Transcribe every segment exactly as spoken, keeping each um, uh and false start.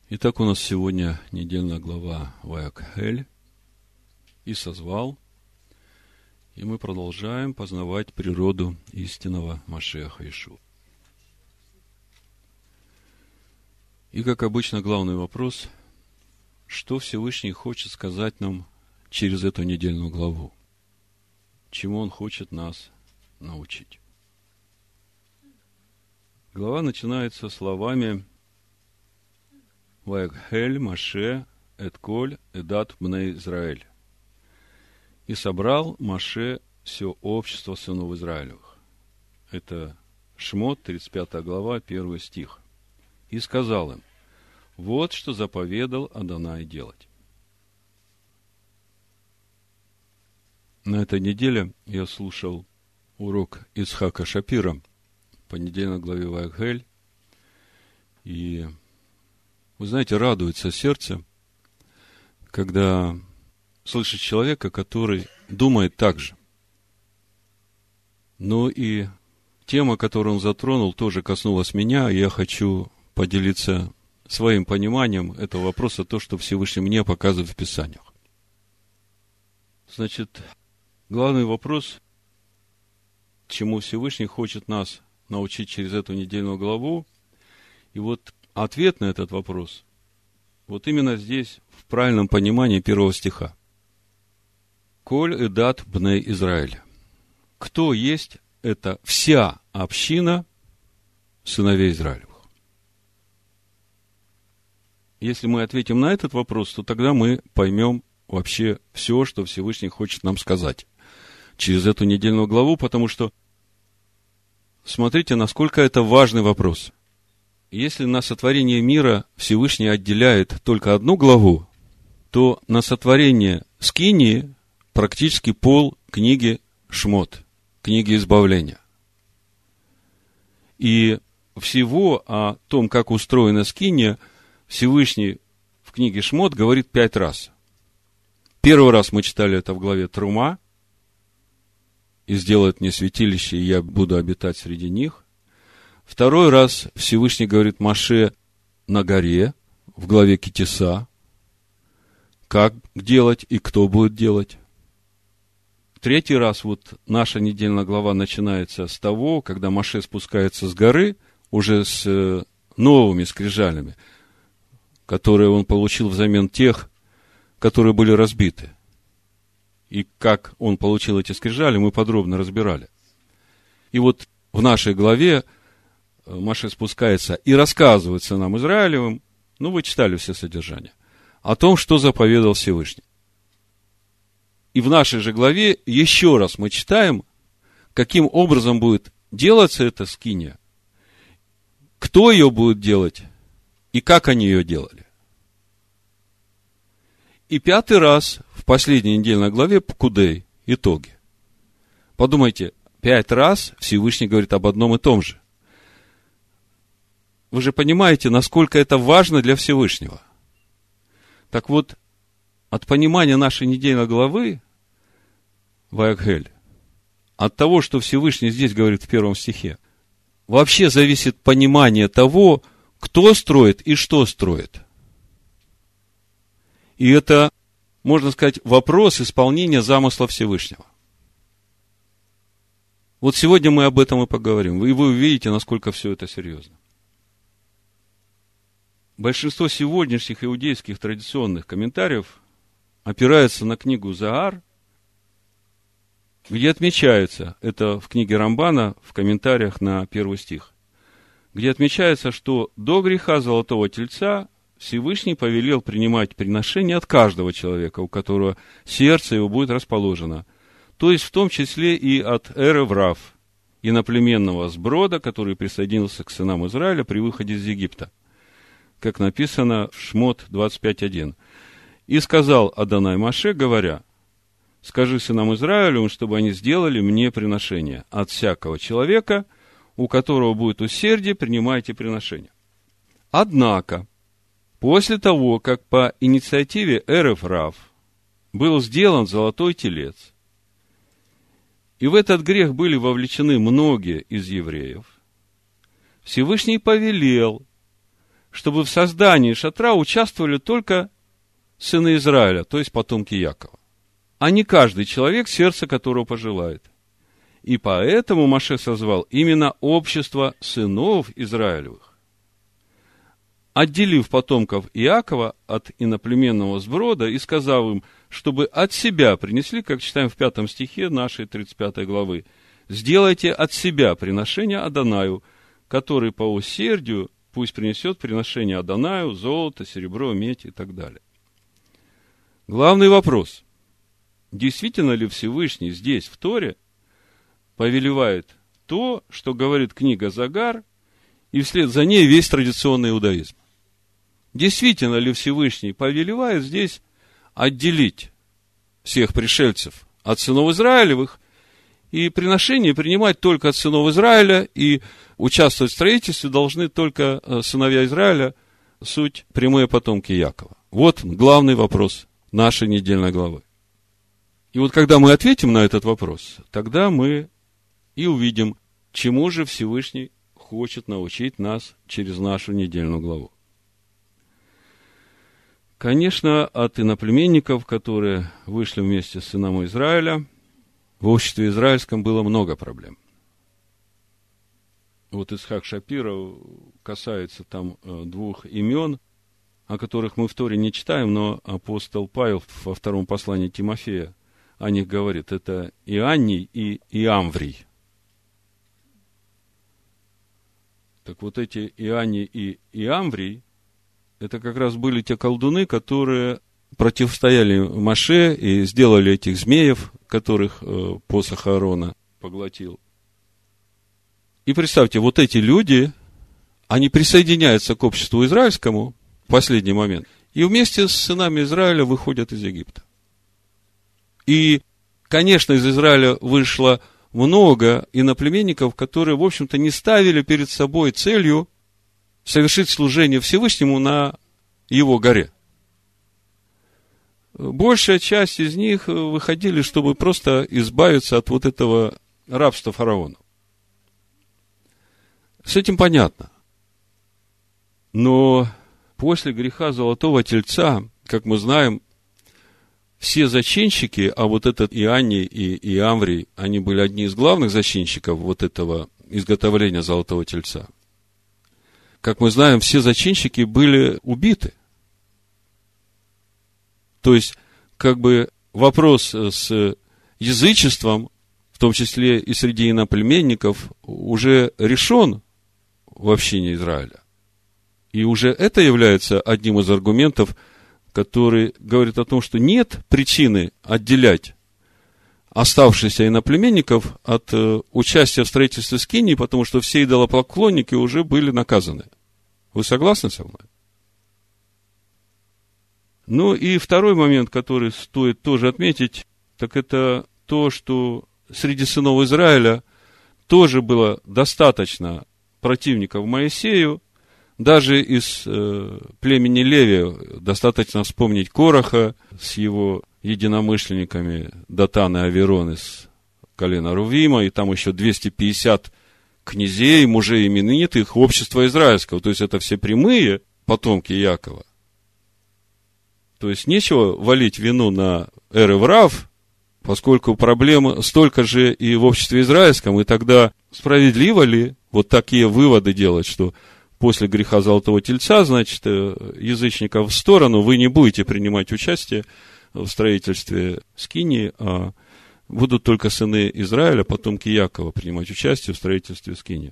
Итак, у нас сегодня недельная глава Ваякхель и созвал, и мы продолжаем познавать природу истинного Машиаха Иешуа. И, как обычно, главный вопрос: что Всевышний хочет сказать нам через эту недельную главу? Чему Он хочет нас научить? Глава начинается словами Ваякхель Маше этколь эдат бней Израиль. И собрал Маше все общество сынов Израилевых. Это Шмот, тридцать пятая глава, первый стих. И сказал им: вот что заповедал Адонай делать. На этой неделе я слушал урок Ицхака Шапира по недельной главе Ваякхель. И, вы знаете, радуется сердце, когда слышит человека, который думает так же. Но и тема, которую он затронул, тоже коснулась меня, и я хочу поделиться своим пониманием этого вопроса, то, что Всевышний мне показывает в Писаниях. Значит, главный вопрос, чему Всевышний хочет нас научить через эту недельную главу, и вот ответ на этот вопрос вот именно здесь, в правильном понимании первого стиха. Коль эдат бней Израиль. Кто есть это вся община сыновей Израилевых? Если мы ответим на этот вопрос, то тогда мы поймем вообще все, что Всевышний хочет нам сказать через эту недельную главу, потому что смотрите, насколько это важный вопрос. Если на сотворение мира Всевышний отделяет только одну главу, то на сотворение Скинии практически пол книги Шмот, книги избавления. И всего о том, как устроена Скиния, Всевышний в книге Шмот говорит пять раз. Первый раз мы читали это в главе Трума. И сделает мне святилище, и я буду обитать среди них. Второй раз Всевышний говорит Маше на горе, в главе Китиса, как делать и кто будет делать. Третий раз вот наша недельная глава начинается с того, когда Маше спускается с горы, уже с новыми скрижалями, которые он получил взамен тех, которые были разбиты. И как он получил эти скрижали, мы подробно разбирали. И вот в нашей главе Маше спускается и рассказывает сынам Израилевым, ну, вы читали все содержания, о том, что заповедал Всевышний. И в нашей же главе еще раз мы читаем, каким образом будет делаться эта скиния, кто ее будет делать и как они ее делали. И пятый раз в последней недельной главе Пкудей, итоги. Подумайте, пять раз Всевышний говорит об одном и том же. Вы же понимаете, насколько это важно для Всевышнего. Так вот, от понимания нашей недельной главы Ваякхель, от того, что Всевышний здесь говорит в первом стихе, вообще зависит понимание того, кто строит и что строит. И это, можно сказать, вопрос исполнения замысла Всевышнего. Вот сегодня мы об этом и поговорим. И вы увидите, насколько все это серьезно. Большинство сегодняшних иудейских традиционных комментариев опирается на книгу Заар, где отмечается, это в книге Рамбана, в комментариях на первый стих, где отмечается, что до греха золотого тельца Всевышний повелел принимать приношения от каждого человека, у которого сердце его будет расположено, то есть в том числе и от Эреврав, иноплеменного сброда, который присоединился к сынам Израиля при выходе из Египта, как написано в Шмот двадцать пять один. «И сказал Адонай Маше, говоря: скажи сынам Израилю, чтобы они сделали мне приношение. От всякого человека, у которого будет усердие, принимайте приношение. Однако, после того, как по инициативе Эрефрав был сделан золотой телец, и в этот грех были вовлечены многие из евреев, Всевышний повелел чтобы в создании шатра участвовали только сыны Израиля, то есть потомки Якова, а не каждый человек, сердце которого пожелает. И поэтому Моше созвал именно общество сынов Израилевых, отделив потомков Иакова от иноплеменного сброда и сказав им, чтобы от себя принесли, как читаем в пятом стихе нашей тридцать пятой главы, «Сделайте от себя приношение Адонаю, который по усердию пусть принесет приношение Адонаю, золото, серебро, медь» и так далее. Главный вопрос: действительно ли Всевышний здесь, в Торе, повелевает то, что говорит книга Загар, и вслед за ней весь традиционный иудаизм? Действительно ли Всевышний повелевает здесь отделить всех пришельцев от сынов Израилевых и приношения принимать только от сынов Израиля, и участвовать в строительстве должны только сыновья Израиля, суть прямые потомки Якова? Вот главный вопрос нашей недельной главы. И вот когда мы ответим на этот вопрос, тогда мы и увидим, чему же Всевышний хочет научить нас через нашу недельную главу. Конечно, от иноплеменников, которые вышли вместе с сынами Израиля, в обществе израильском было много проблем. Вот Ицхак Шапира касается там двух имен, о которых мы в Торе не читаем, но апостол Павел во втором послании Тимофея о них говорит. Это Ианний и Иамврий. Так вот эти Ианний и Иамврий, это как раз были те колдуны, которые противостояли Моше и сделали этих змеев, которых э, посох Аарона поглотил. И представьте, вот эти люди, они присоединяются к обществу израильскому в последний момент, и вместе с сынами Израиля выходят из Египта. И, конечно, из Израиля вышло много иноплеменников, которые, в общем-то, не ставили перед собой целью совершить служение Всевышнему на его горе. Большая часть из них выходили, чтобы просто избавиться от вот этого рабства фараона. С этим понятно. Но после греха Золотого Тельца, как мы знаем, все зачинщики, а вот этот Ианний и Иамврий, они были одни из главных зачинщиков вот этого изготовления Золотого Тельца. Как мы знаем, все зачинщики были убиты. То есть, как бы вопрос с язычеством, в том числе и среди иноплеменников, уже решен в общине Израиля. И уже это является одним из аргументов, который говорит о том, что нет причины отделять оставшихся иноплеменников от э, участия в строительстве скинии, потому что все идолопоклонники уже были наказаны. Вы согласны со мной? Ну и второй момент, который стоит тоже отметить, так это то, что среди сынов Израиля тоже было достаточно противников Моисею. Даже из э, племени Левия достаточно вспомнить Кораха с его единомышленниками Датан и Аверон из колена Рувима, и там еще двести пятьдесят князей, мужей именитых общества израильского. То есть, это все прямые потомки Якова. То есть, нечего валить вину на Эреврав, поскольку проблем столько же и в обществе израильском, и тогда справедливо ли вот такие выводы делать, что после греха Золотого Тельца, значит, язычников в сторону, вы не будете принимать участие в строительстве скинии, а будут только сыны Израиля, потомки Якова, принимать участие в строительстве скинии.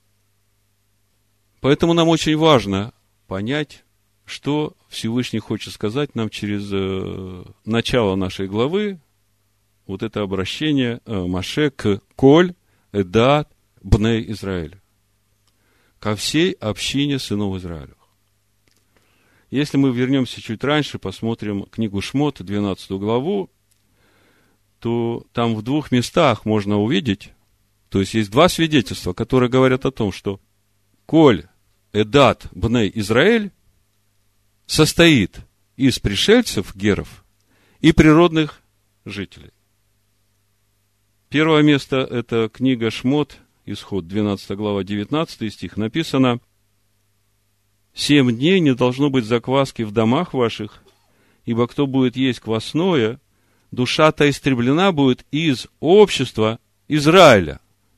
Поэтому нам очень важно понять, что Всевышний хочет сказать нам через э, начало нашей главы, вот это обращение э, Моше к Коль, Эдат, Бней Израиля, ко всей общине сынов Израилевых. Если мы вернемся чуть раньше, посмотрим книгу Шмот, двенадцатую главу, то там в двух местах можно увидеть, то есть есть два свидетельства, которые говорят о том, что Коль, Эдат, Бней Израиль состоит из пришельцев, геров, и природных жителей. Первое место – это книга Шмот, Исход, двенадцатая глава, девятнадцатый стих, написано: Семь дней не должно быть закваски в домах ваших, ибо кто будет есть квасное, душа-то истреблена будет из общества Израиля.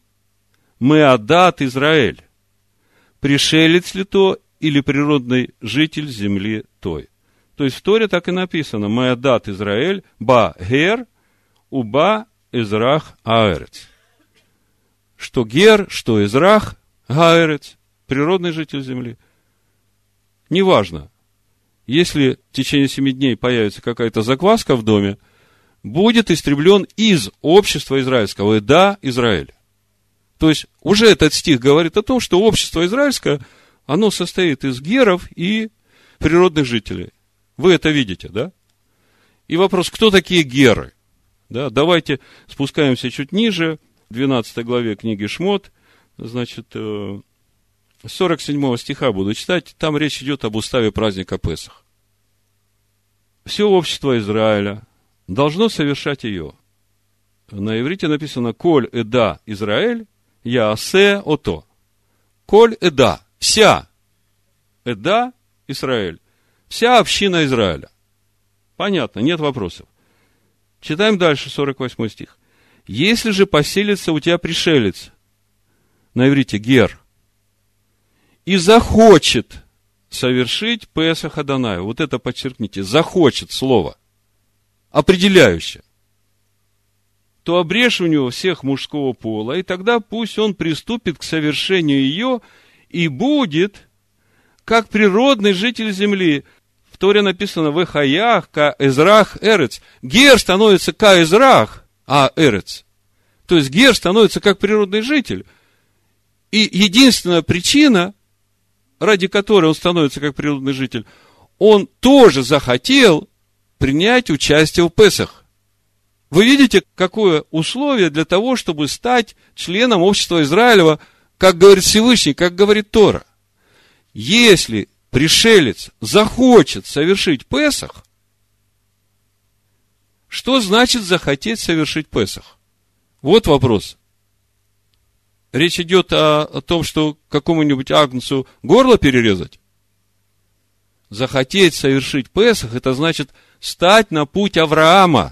Меадат Израиль. Пришелец ли то, или природный житель земли той. То есть в Торе так и написано: Меадат Израиль, ба гер, уба эзрах аэрец. Что гер, что эзрах аэрец, природный житель земли. Неважно, если в течение семи дней появится какая-то закваска в доме, будет истреблен из общества израильского, эда Израиль. То есть уже этот стих говорит о том, что общество израильское, оно состоит из геров и природных жителей. Вы это видите, да? И вопрос, кто такие геры? Да, давайте спускаемся чуть ниже, в двенадцатой главе книги Шмот, значит, с сорок седьмого стиха буду читать, там речь идет об уставе праздника Песах. Все общество Израиля должно совершать ее. На иврите написано «Коль эда Израиль, яасе ото». «Коль эда», вся эда Израиль, вся община Израиля. Понятно, нет вопросов. Читаем дальше, сорок восьмой стих. «Если же поселится у тебя пришелец», на иврите гер, «и захочет совершить Песах Адонаю», вот это подчеркните, захочет слово, определяющее, то обрежь у него всех мужского пола, и тогда пусть он приступит к совершению ее и будет, как природный житель земли. В Торе написано «В хаях ка эзрах эрец». Гер становится ка эзрах, а эрец. То есть гер становится как природный житель. И единственная причина, ради которой он становится как природный житель, он тоже захотел принять участие в Песах. Вы видите, какое условие для того, чтобы стать членом общества Израилева, как говорит Всевышний, как говорит Тора. Если пришелец захочет совершить Песах, что значит захотеть совершить Песах? Вот вопрос. Речь идет о, о том, что какому-нибудь агнцу горло перерезать? Захотеть совершить Песах, это значит стать на путь Авраама.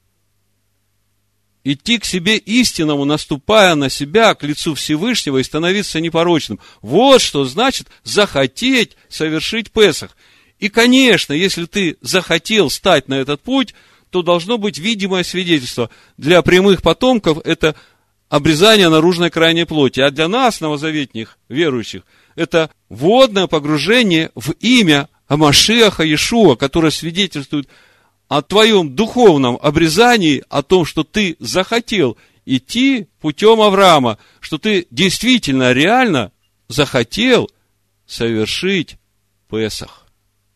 Идти к себе истинному, наступая на себя, к лицу Всевышнего и становиться непорочным. Вот что значит захотеть совершить Песах. И, конечно, если ты захотел стать на этот путь, то должно быть видимое свидетельство. Для прямых потомков это обрезание наружной крайней плоти, а для нас, новозаветних верующих, это водное погружение в имя Амашиаха Иешуа, которое свидетельствует о твоем духовном обрезании, о том, что ты захотел идти путем Авраама, что ты действительно, реально захотел совершить Песах.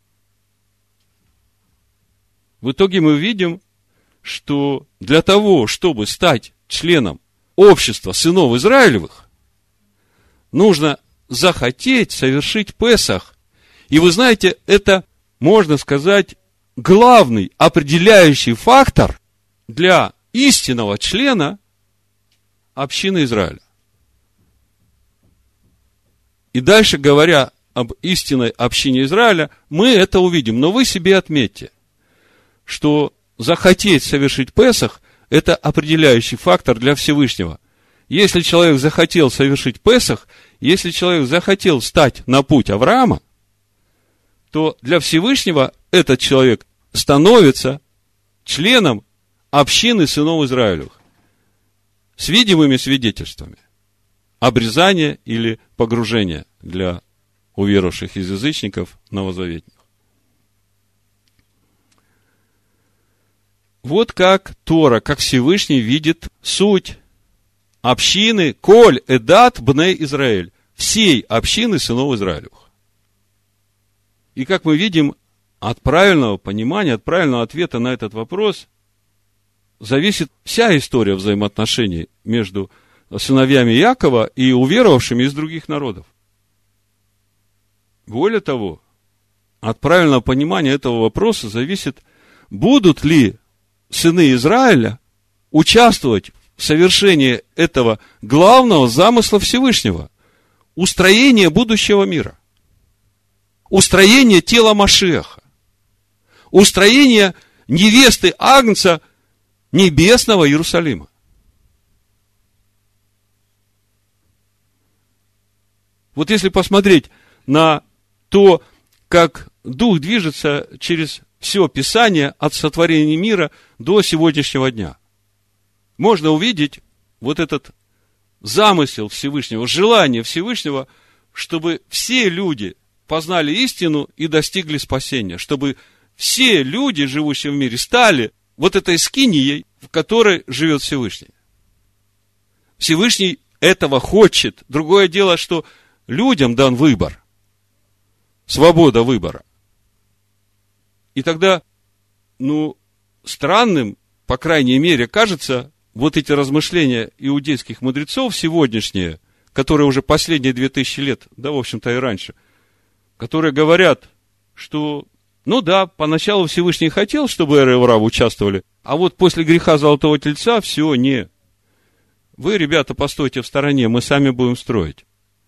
В итоге мы видим, что для того, чтобы стать членом общества сынов Израилевых, нужно захотеть совершить Песах. И вы знаете, это, можно сказать, главный определяющий фактор для истинного члена общины Израиля. И дальше, говоря об истинной общине Израиля, мы это увидим. Но вы себе отметьте, что захотеть совершить Песах – это определяющий фактор для Всевышнего. Если человек захотел совершить Песах, если человек захотел стать на путь Авраама, то для Всевышнего этот человек становится членом общины сынов Израилевых с видимыми свидетельствами обрезания или погружения для уверовавших из язычников новозаветных. Вот как Тора, как Всевышний видит суть общины Коль Эдат Бней Израиль, всей общины сынов Израилевых. И как мы видим, от правильного понимания, от правильного ответа на этот вопрос зависит вся история взаимоотношений между сыновьями Иакова и уверовавшими из других народов. Более того, от правильного понимания этого вопроса зависит, будут ли сыны Израиля участвовать в совершении этого главного замысла Всевышнего, устроения будущего мира. устроение тела Машиаха, устроение невесты Агнца небесного Иерусалима. Вот если посмотреть на то, как Дух движется через все Писание от сотворения мира до сегодняшнего дня, можно увидеть вот этот замысел Всевышнего, желание Всевышнего, чтобы все люди познали истину и достигли спасения, чтобы все люди, живущие в мире, стали вот этой скинией, в которой живет Всевышний. Всевышний этого хочет. Другое дело, что людям дан выбор, свобода выбора. И тогда, ну, странным, по крайней мере, кажется, вот эти размышления иудейских мудрецов сегодняшние, которые уже последние две тысячи лет, да, в общем-то, и раньше, которые говорят, что, ну да, поначалу Всевышний хотел, чтобы Эр и Авраам участвовали, а вот после греха Золотого Тельца все, не. Вы, ребята, постойте в стороне, мы сами будем строить.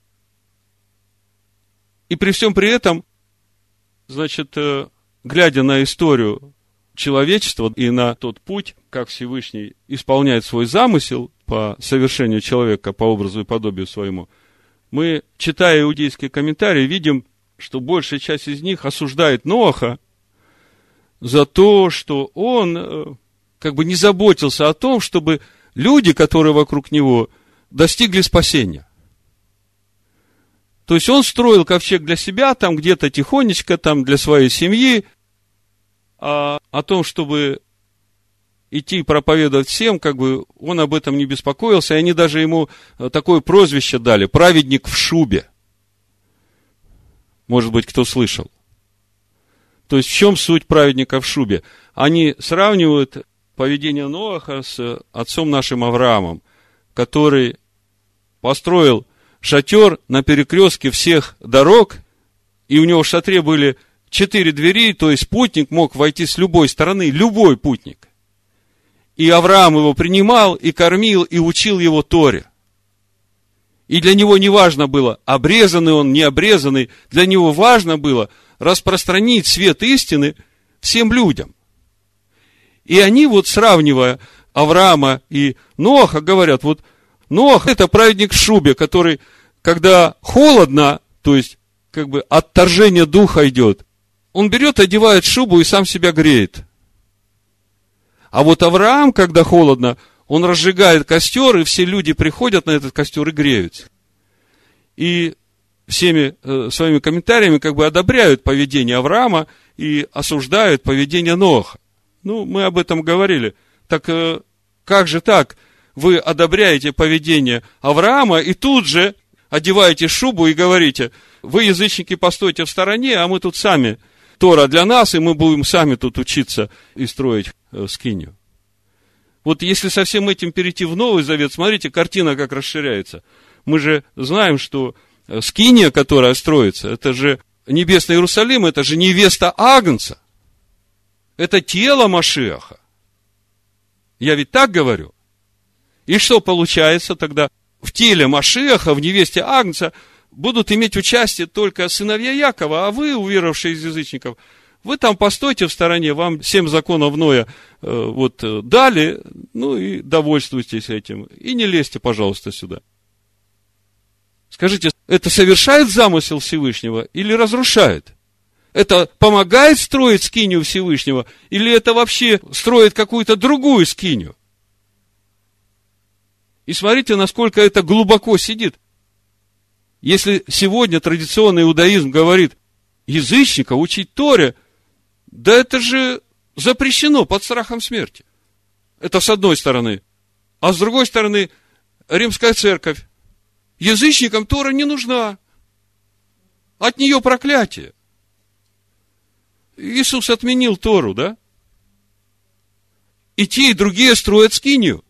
И при всем при этом, значит, глядя на историю человечества и на тот путь, как Всевышний исполняет свой замысел по совершению человека по образу и подобию своему, мы, читая иудейские комментарии, видим, что большая часть из них осуждает Ноаха за то, что он как бы не заботился о том, чтобы люди, которые вокруг него, достигли спасения. То есть он строил ковчег для себя, там где-то тихонечко, там для своей семьи, а о том, чтобы идти и проповедовать всем, как бы он об этом не беспокоился, и они даже ему такое прозвище дали: праведник в шубе. Может быть, кто слышал. То есть в чем суть праведника в шубе? Они сравнивают поведение Ноаха с отцом нашим Авраамом, который построил шатер на перекрестке всех дорог, и у него в шатре были четыре двери, то есть путник мог войти с любой стороны, любой путник. И Авраам его принимал, и кормил, и учил его Торе. И для него не важно было, обрезанный он, не обрезанный, для него важно было распространить свет истины всем людям. И они, вот сравнивая Авраама и Ноаха, говорят, вот Ноах – это праведник в шубе, который, когда холодно, то есть, как бы отторжение духа идет, он берет, одевает шубу и сам себя греет. А вот Авраам, когда холодно, он разжигает костер, и все люди приходят на этот костер и греются. И всеми э, своими комментариями как бы одобряют поведение Авраама и осуждают поведение Ноаха. Ну, мы об этом говорили. Так э, как же так? Вы одобряете поведение Авраама и тут же одеваете шубу и говорите: вы, язычники, постойте в стороне, а мы тут сами, Тора для нас, и мы будем сами тут учиться и строить э, скинию. Вот если со всем этим перейти в Новый Завет, смотрите, картина как расширяется. Мы же знаем, что скиния, которая строится, это же небесный Иерусалим, это же невеста Агнца. Это тело Машиаха. Я ведь так говорю. И что получается тогда? В теле Машиаха, в невесте Агнца, будут иметь участие только сыновья Якова, а вы, уверовавшие из язычников, вы там постойте в стороне, вам семь законов Ноя э, вот, дали, ну и довольствуйтесь этим. И не лезьте, пожалуйста, сюда. Скажите, это совершает замысел Всевышнего или разрушает? Это помогает строить скинию Всевышнего или это вообще строит какую-то другую скинию? И смотрите, насколько это глубоко сидит. Если сегодня традиционный иудаизм говорит, язычника учить Торе, да это же запрещено под страхом смерти. Это с одной стороны. А с другой стороны, Римская церковь. Язычникам Тора не нужна. От нее проклятие. Иисус отменил Тору, да? И те, и другие строят скинию.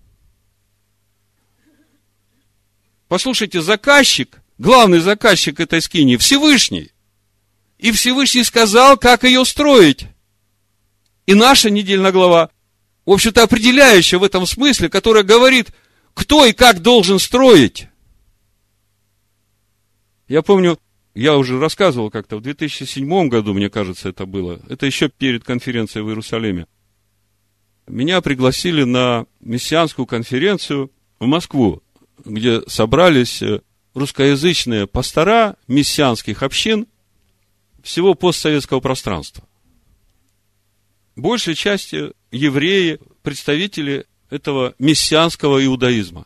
Послушайте, заказчик, главный заказчик этой скинии, Всевышний. И Всевышний сказал, как ее строить. И наша недельная глава, в общем-то, определяющая в этом смысле, которая говорит, кто и как должен строить. Я помню, Я уже рассказывал как-то, в две тысячи седьмом году, мне кажется, это было. Это еще перед конференцией в Иерусалиме. Меня пригласили на мессианскую конференцию в Москву, где собрались русскоязычные пастора мессианских общин всего постсоветского пространства. Большей части евреи, представители этого мессианского иудаизма.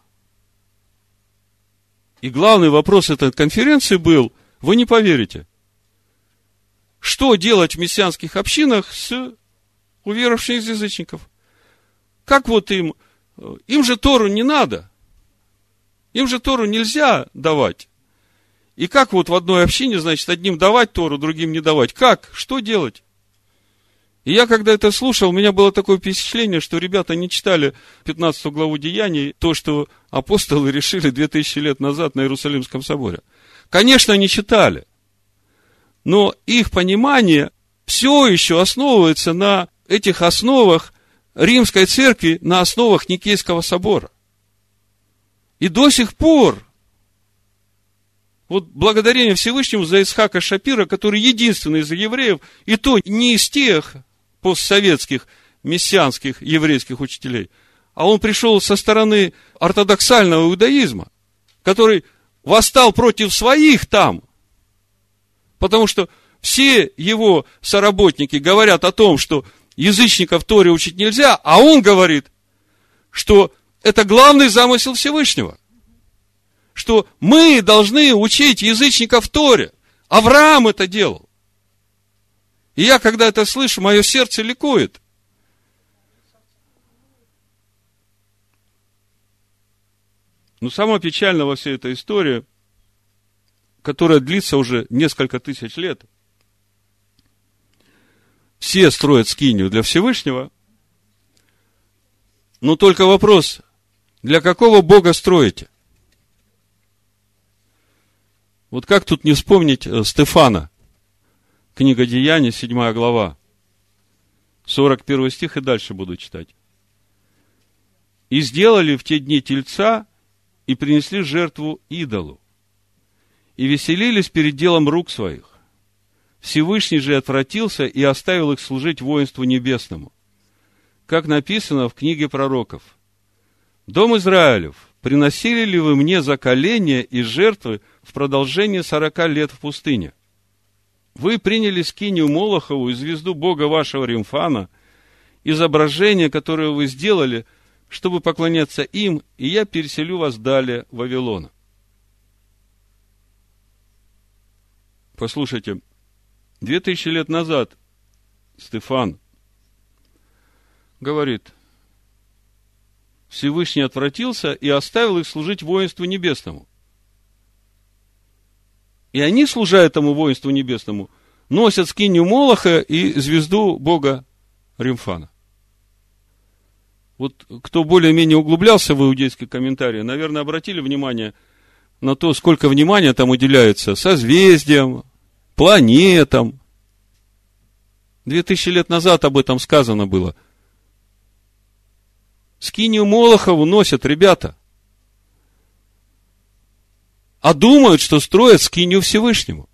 И главный вопрос этой конференции был, вы не поверите, что делать в мессианских общинах с уверовавшими из язычников? Как вот им, им же Тору не надо, им же Тору нельзя давать. И как вот в одной общине, значит, одним давать Тору, другим не давать? Как? Что делать? И я, когда это слушал, у меня было такое впечатление, что ребята не читали пятнадцатую главу Деяний, то, что апостолы решили две тысячи лет назад на Иерусалимском соборе. Конечно, не читали. Но их понимание все еще основывается на этих основах Римской церкви, на основах Никейского собора. И до сих пор, вот благодарение Всевышнему за Исхака Шапира, который единственный из евреев, и то не из тех постсоветских мессианских еврейских учителей, а он пришел со стороны ортодоксального иудаизма, который восстал против своих там, потому что все его соработники говорят о том, что язычников Торе учить нельзя, а он говорит, что это главный замысел Всевышнего, что мы должны учить язычников Торе. Авраам это делал. И я, когда это слышу, мое сердце ликует. Но самое печальное во всей этой истории, которая длится уже несколько тысяч лет, все строят скинию для Всевышнего, но только вопрос, для какого Бога строите? Вот как тут не вспомнить Стефана? Книга Деяний, седьмая глава, сорок первый стих, и дальше буду читать. «И сделали в те дни тельца, и принесли жертву идолу, и веселились перед делом рук своих. Всевышний же отвратился и оставил их служить воинству небесному. Как написано в книге пророков: Дом Израилев, приносили ли вы мне заколения и жертвы в продолжение сорока лет в пустыне? Вы приняли скинию Молохову и звезду бога вашего Римфана, изображение, которое вы сделали, чтобы поклоняться им, и я переселю вас далее в Вавилон». Послушайте, две тысячи лет назад Стефан говорит, Всевышний отвратился и оставил их служить воинству небесному. И они, служа этому воинству небесному, носят скинию Молоха и звезду бога Римфана. Вот кто более-менее углублялся в иудейские комментарии, наверное, обратили внимание на то, сколько внимания там уделяется созвездиям, планетам. Две тысячи лет назад об этом сказано было. Скинию Молохову носят ребята, а думают, что строят скинию Всевышнему.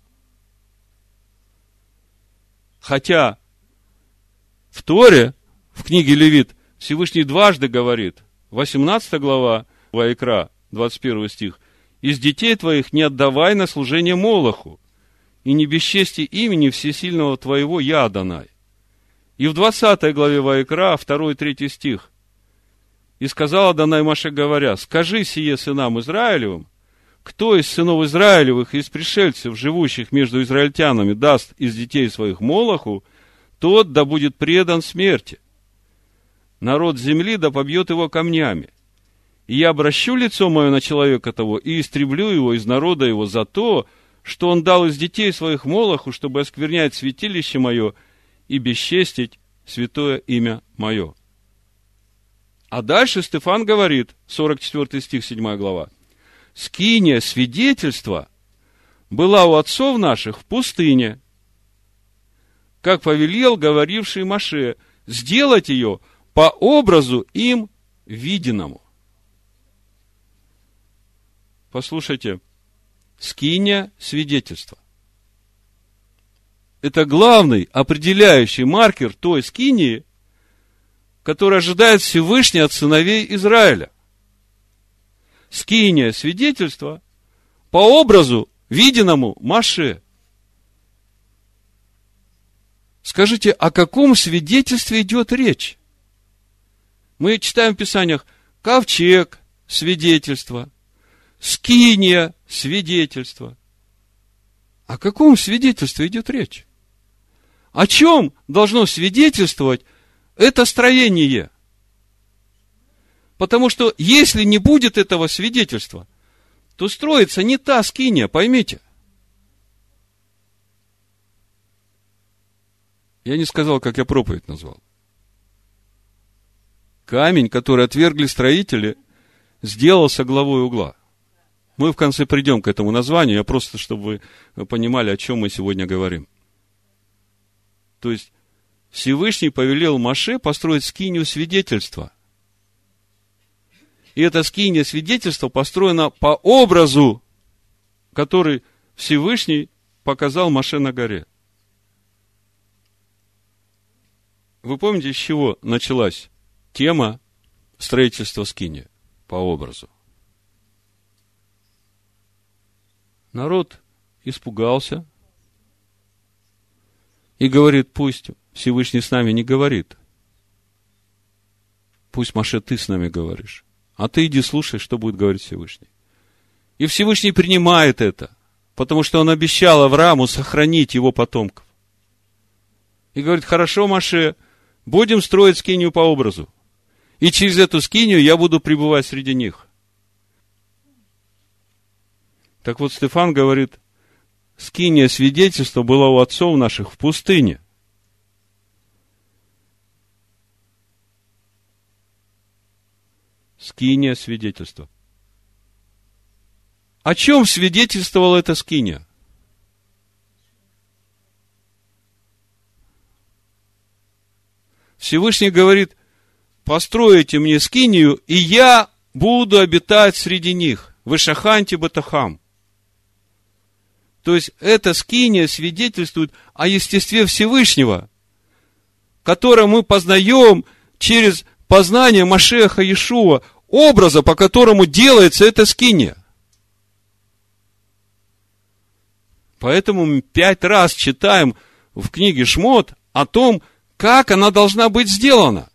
Хотя в Торе, в книге Левит, Всевышний дважды говорит, восемнадцатая глава Ваикра, двадцать первый стих, «Из детей твоих не отдавай на служение Молоху, и не бесчести имени всесильного твоего я, Адонай». И в двадцатой главе Ваикра, второй и третий стих, «И сказал Адонай Моше, говоря: скажи сие сынам Израилевым, кто из сынов Израилевых и из пришельцев, живущих между израильтянами, даст из детей своих Молоху, тот да будет предан смерти. Народ земли да побьет его камнями. И я обращу лицо мое на человека того и истреблю его из народа его за то, что он дал из детей своих Молоху, чтобы осквернять святилище мое и бесчестить святое имя мое». А дальше Стефан говорит, сорок четвёртый стих, седьмая глава, «Скиния свидетельства была у отцов наших в пустыне, как повелел говоривший Моше, сделать ее по образу им виденному». Послушайте, скиния свидетельства. это главный определяющий маркер той скинии, который ожидает Всевышний от сыновей Израиля. Скиния свидетельства по образу, виденному Моше. Скажите, о каком свидетельстве идет речь? Мы читаем в Писаниях ковчег, свидетельство, скиния, свидетельство. О каком свидетельстве идет речь? О чем должно свидетельствовать это строение? Потому что если не будет этого свидетельства, то строится не та скиния, поймите. Я не сказал, как я проповедь назвал. Камень, который отвергли строители, сделался главой угла. Мы в конце придем к этому названию, я просто, чтобы вы понимали, о чем мы сегодня говорим. То есть, Всевышний повелел Моше построить скинию свидетельства. И эта скиния свидетельства построена по образу, который Всевышний показал Моше на горе. Вы помните, с чего началась тема строительства скинии по образу? Народ испугался и говорит: пусть Всевышний с нами не говорит. Пусть, Моше, ты с нами говоришь. А ты иди слушай, что будет говорить Всевышний. И Всевышний принимает это, потому что он обещал Аврааму сохранить его потомков. И говорит: хорошо, Моше, будем строить скинию по образу. И через эту скинию я буду пребывать среди них. Так вот, Стефан говорит, скиния свидетельства была у отцов наших в пустыне. Скиния свидетельства. О чем свидетельствовала эта скиния? Всевышний говорит: постройте мне скинию, и я буду обитать среди них. Вышаханти батахам. То есть, эта скиния свидетельствует о естестве Всевышнего, которое мы познаем через познание Машеха Иешуа, образа, по которому делается эта скиния. Поэтому мы пять раз читаем в книге Шмот о том, как она должна быть сделана.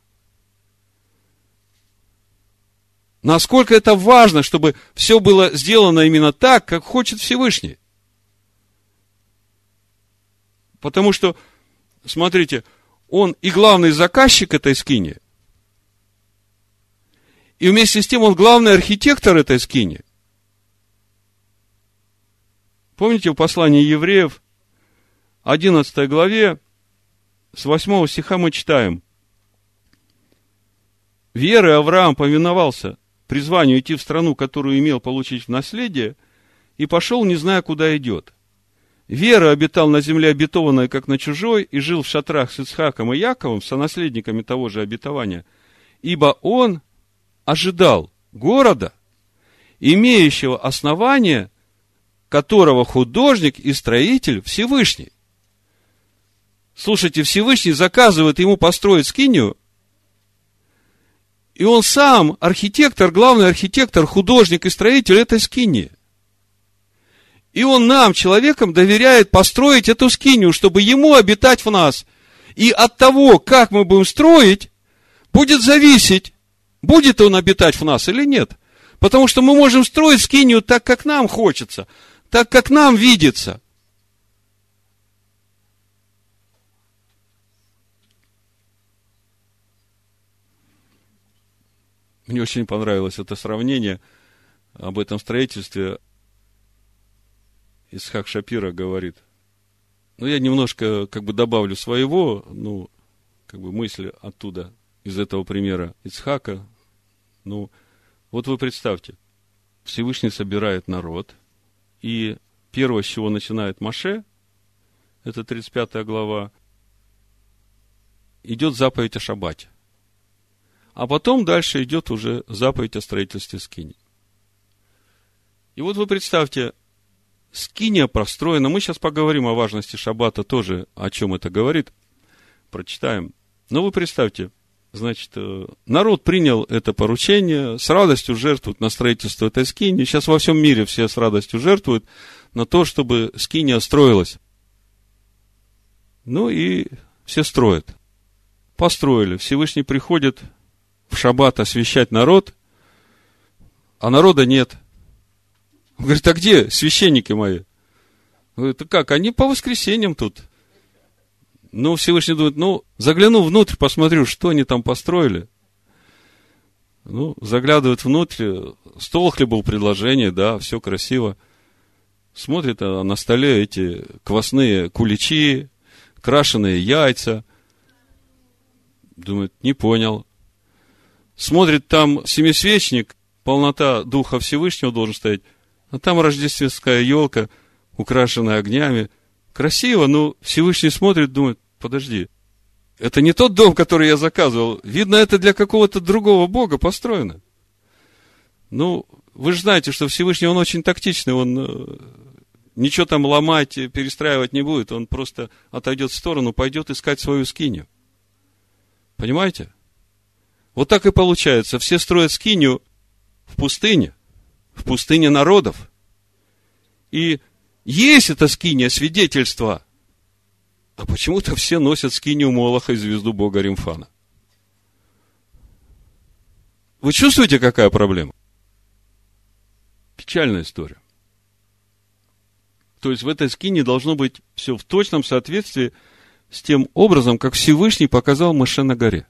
Насколько это важно, чтобы все было сделано именно так, как хочет Всевышний. Потому что, смотрите, он и главный заказчик этой скинии, и вместе с тем он главный архитектор этой скинии. Помните, в послании евреев, одиннадцатой главе, с восьмого стиха мы читаем: верой Авраам повиновался призванию идти в страну, которую имел получить в наследие, и пошел, не зная, куда идет. Вера обитал на земле обетованной, как на чужой, и жил в шатрах с Ицхаком и Яковом, сонаследниками того же обетования, ибо он ожидал города, имеющего основание, которого художник и строитель Всевышний. Слушайте, Всевышний заказывает ему построить скинию, и он сам архитектор, главный архитектор, художник и строитель этой скинии. И он нам, человекам, доверяет построить эту скинию, чтобы ему обитать в нас. И от того, как мы будем строить, будет зависеть, будет он обитать в нас или нет. Потому что мы можем строить скинию так, как нам хочется, так, как нам видится. Мне очень понравилось это сравнение об этом строительстве. Ицхак Шапира говорит, ну, я немножко как бы добавлю своего, ну, как бы мысли оттуда, из этого примера Ицхака. Ну, вот вы представьте, Всевышний собирает народ, и первое, с чего начинает Моше, это тридцать пятая глава, идет заповедь о шаббате. А потом дальше идет уже заповедь о строительстве скинии. И вот вы представьте, скиния простроена. Мы сейчас поговорим о важности шаббата тоже, о чем это говорит. Прочитаем. Но вы представьте, значит, народ принял это поручение, с радостью жертвует на строительство этой скинии. Сейчас во всем мире все с радостью жертвуют на то, чтобы скиния строилась. Ну и все строят. Построили. Всевышний приходит в шаббат освящать народ, а народа нет. Он говорит, а где священники мои? Он говорит, а как? Они по воскресеньям тут. Ну, Всевышний думает, ну, загляну внутрь, посмотрю, что они там построили. Ну, заглядывает внутрь, стол хлебал предложение, да, все красиво. Смотрит, а на столе эти квасные куличи, крашеные яйца. Думает, не понял. Смотрит, там семисвечник, полнота Духа Всевышнего должен стоять, а там рождественская елка, украшенная огнями. Красиво, но Всевышний смотрит, думает, подожди, это не тот дом, который я заказывал. Видно, это для какого-то другого Бога построено. Ну, вы же знаете, что Всевышний, он очень тактичный, он ничего там ломать, перестраивать не будет, он просто отойдет в сторону, пойдет искать свою скинию. Понимаете? Вот так и получается. Все строят скинию в пустыне, в пустыне народов. И есть эта скиния свидетельства, а почему-то все носят скинию Молоха и звезду бога Римфана. Вы чувствуете, какая проблема? Печальная история. То есть в этой скинии должно быть все в точном соответствии с тем образом, как Всевышний показал Моше на горе.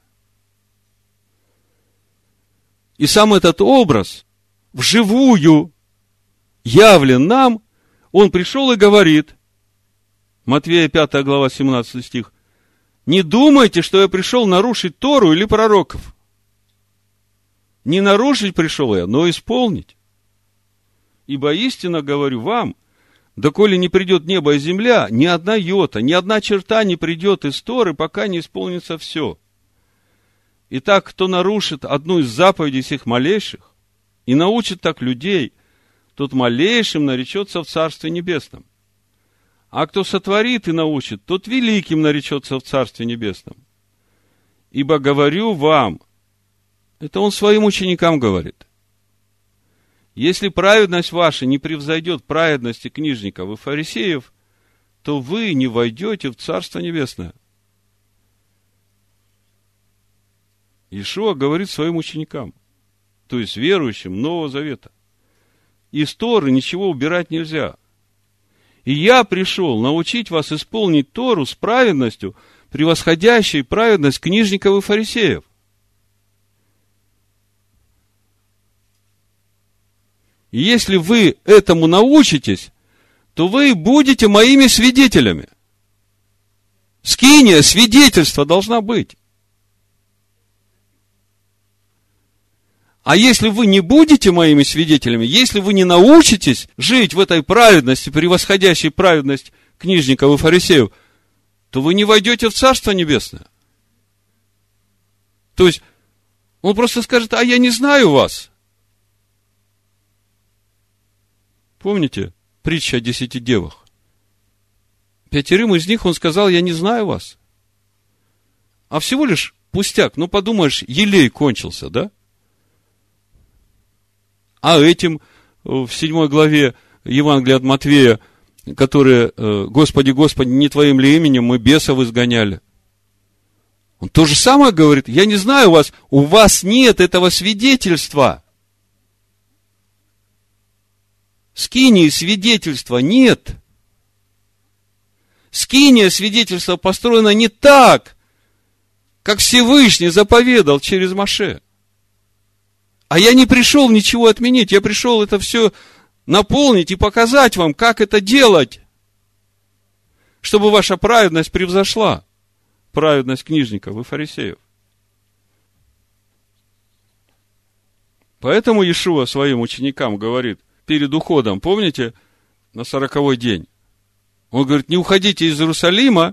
И сам этот образ вживую явлен нам. Он пришел и говорит, Матвея пятая глава, семнадцатый стих, не думайте, что я пришел нарушить Тору или пророков. Не нарушить пришел я, но исполнить. Ибо истинно говорю вам, доколе не придет небо и земля, ни одна йота, ни одна черта не придет из Торы, пока не исполнится все. Итак, кто нарушит одну из заповедей сих малейших и научит так людей, тот малейшим наречется в Царстве Небесном. А кто сотворит и научит, тот великим наречется в Царстве Небесном. Ибо говорю вам, это он своим ученикам говорит, если праведность ваша не превзойдет праведности книжников и фарисеев, то вы не войдете в Царство Небесное. Иешуа говорит своим ученикам, то есть верующим Нового Завета. Из Торы ничего убирать нельзя. И я пришел научить вас исполнить Тору с праведностью, превосходящей праведность книжников и фарисеев. И если вы этому научитесь, то вы будете моими свидетелями. Скиния свидетельства должна быть. А если вы не будете моими свидетелями, если вы не научитесь жить в этой праведности, превосходящей праведность книжников и фарисеев, то вы не войдете в Царство Небесное. То есть, он просто скажет, а я не знаю вас. Помните притча о десяти девах? Пятерым из них он сказал, я не знаю вас. А всего лишь пустяк, ну подумаешь, елей кончился, да? А этим в седьмой главе Евангелия от Матвея, которые, Господи, Господи, не Твоим ли именем мы бесов изгоняли? Он то же самое говорит, я не знаю вас, у вас нет этого свидетельства. Скинии свидетельства нет. Скиния свидетельства построена не так, как Всевышний заповедал через Моше. А я не пришел ничего отменить, я пришел это все наполнить и показать вам, как это делать, чтобы ваша праведность превзошла праведность книжников и фарисеев. Поэтому Иешуа своим ученикам говорит, перед уходом, помните, на сороковой день, он говорит, не уходите из Иерусалима,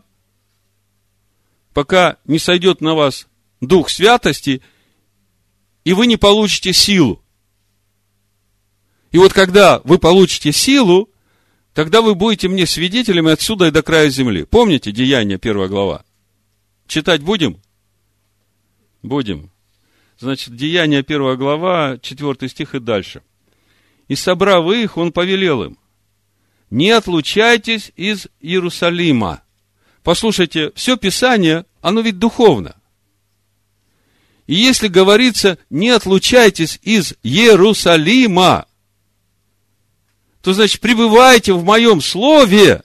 пока не сойдет на вас Дух Святости, и вы не получите силу. И вот когда вы получите силу, тогда вы будете мне свидетелями отсюда и до края земли. Помните Деяния, первая глава? Читать будем? Будем. Значит, Деяния, первая глава, четвертый стих и дальше. И собрав их, он повелел им: не отлучайтесь из Иерусалима. Послушайте, все Писание, оно ведь духовно. И если говорится, не отлучайтесь из Иерусалима, то, значит, пребывайте в моем слове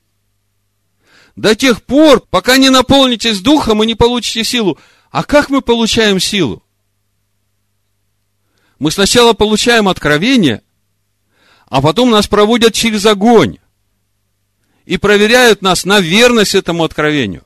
до тех пор, пока не наполнитесь духом и не получите силу. А как мы получаем силу? Мы сначала получаем откровение, а потом нас проводят через огонь и проверяют нас на верность этому откровению.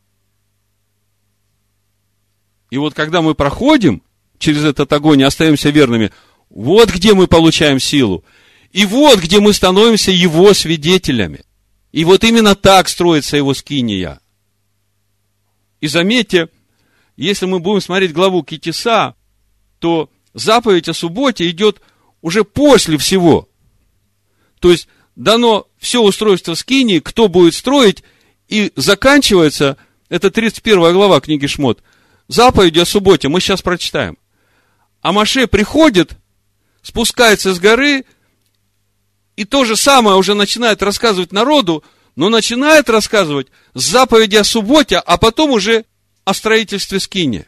И вот когда мы проходим через этот огонь и остаемся верными, вот где мы получаем силу. И вот где мы становимся его свидетелями. И вот именно так строится его скиния. И заметьте, если мы будем смотреть главу Ки-Тиса, то заповедь о субботе идет уже после всего. То есть дано все устройство скинии, кто будет строить, и заканчивается, это тридцать первая глава книги Шмот, заповедью о субботе, мы сейчас прочитаем. А Моше приходит, спускается с горы, и то же самое уже начинает рассказывать народу, но начинает рассказывать с заповеди о субботе, а потом уже о строительстве скинии.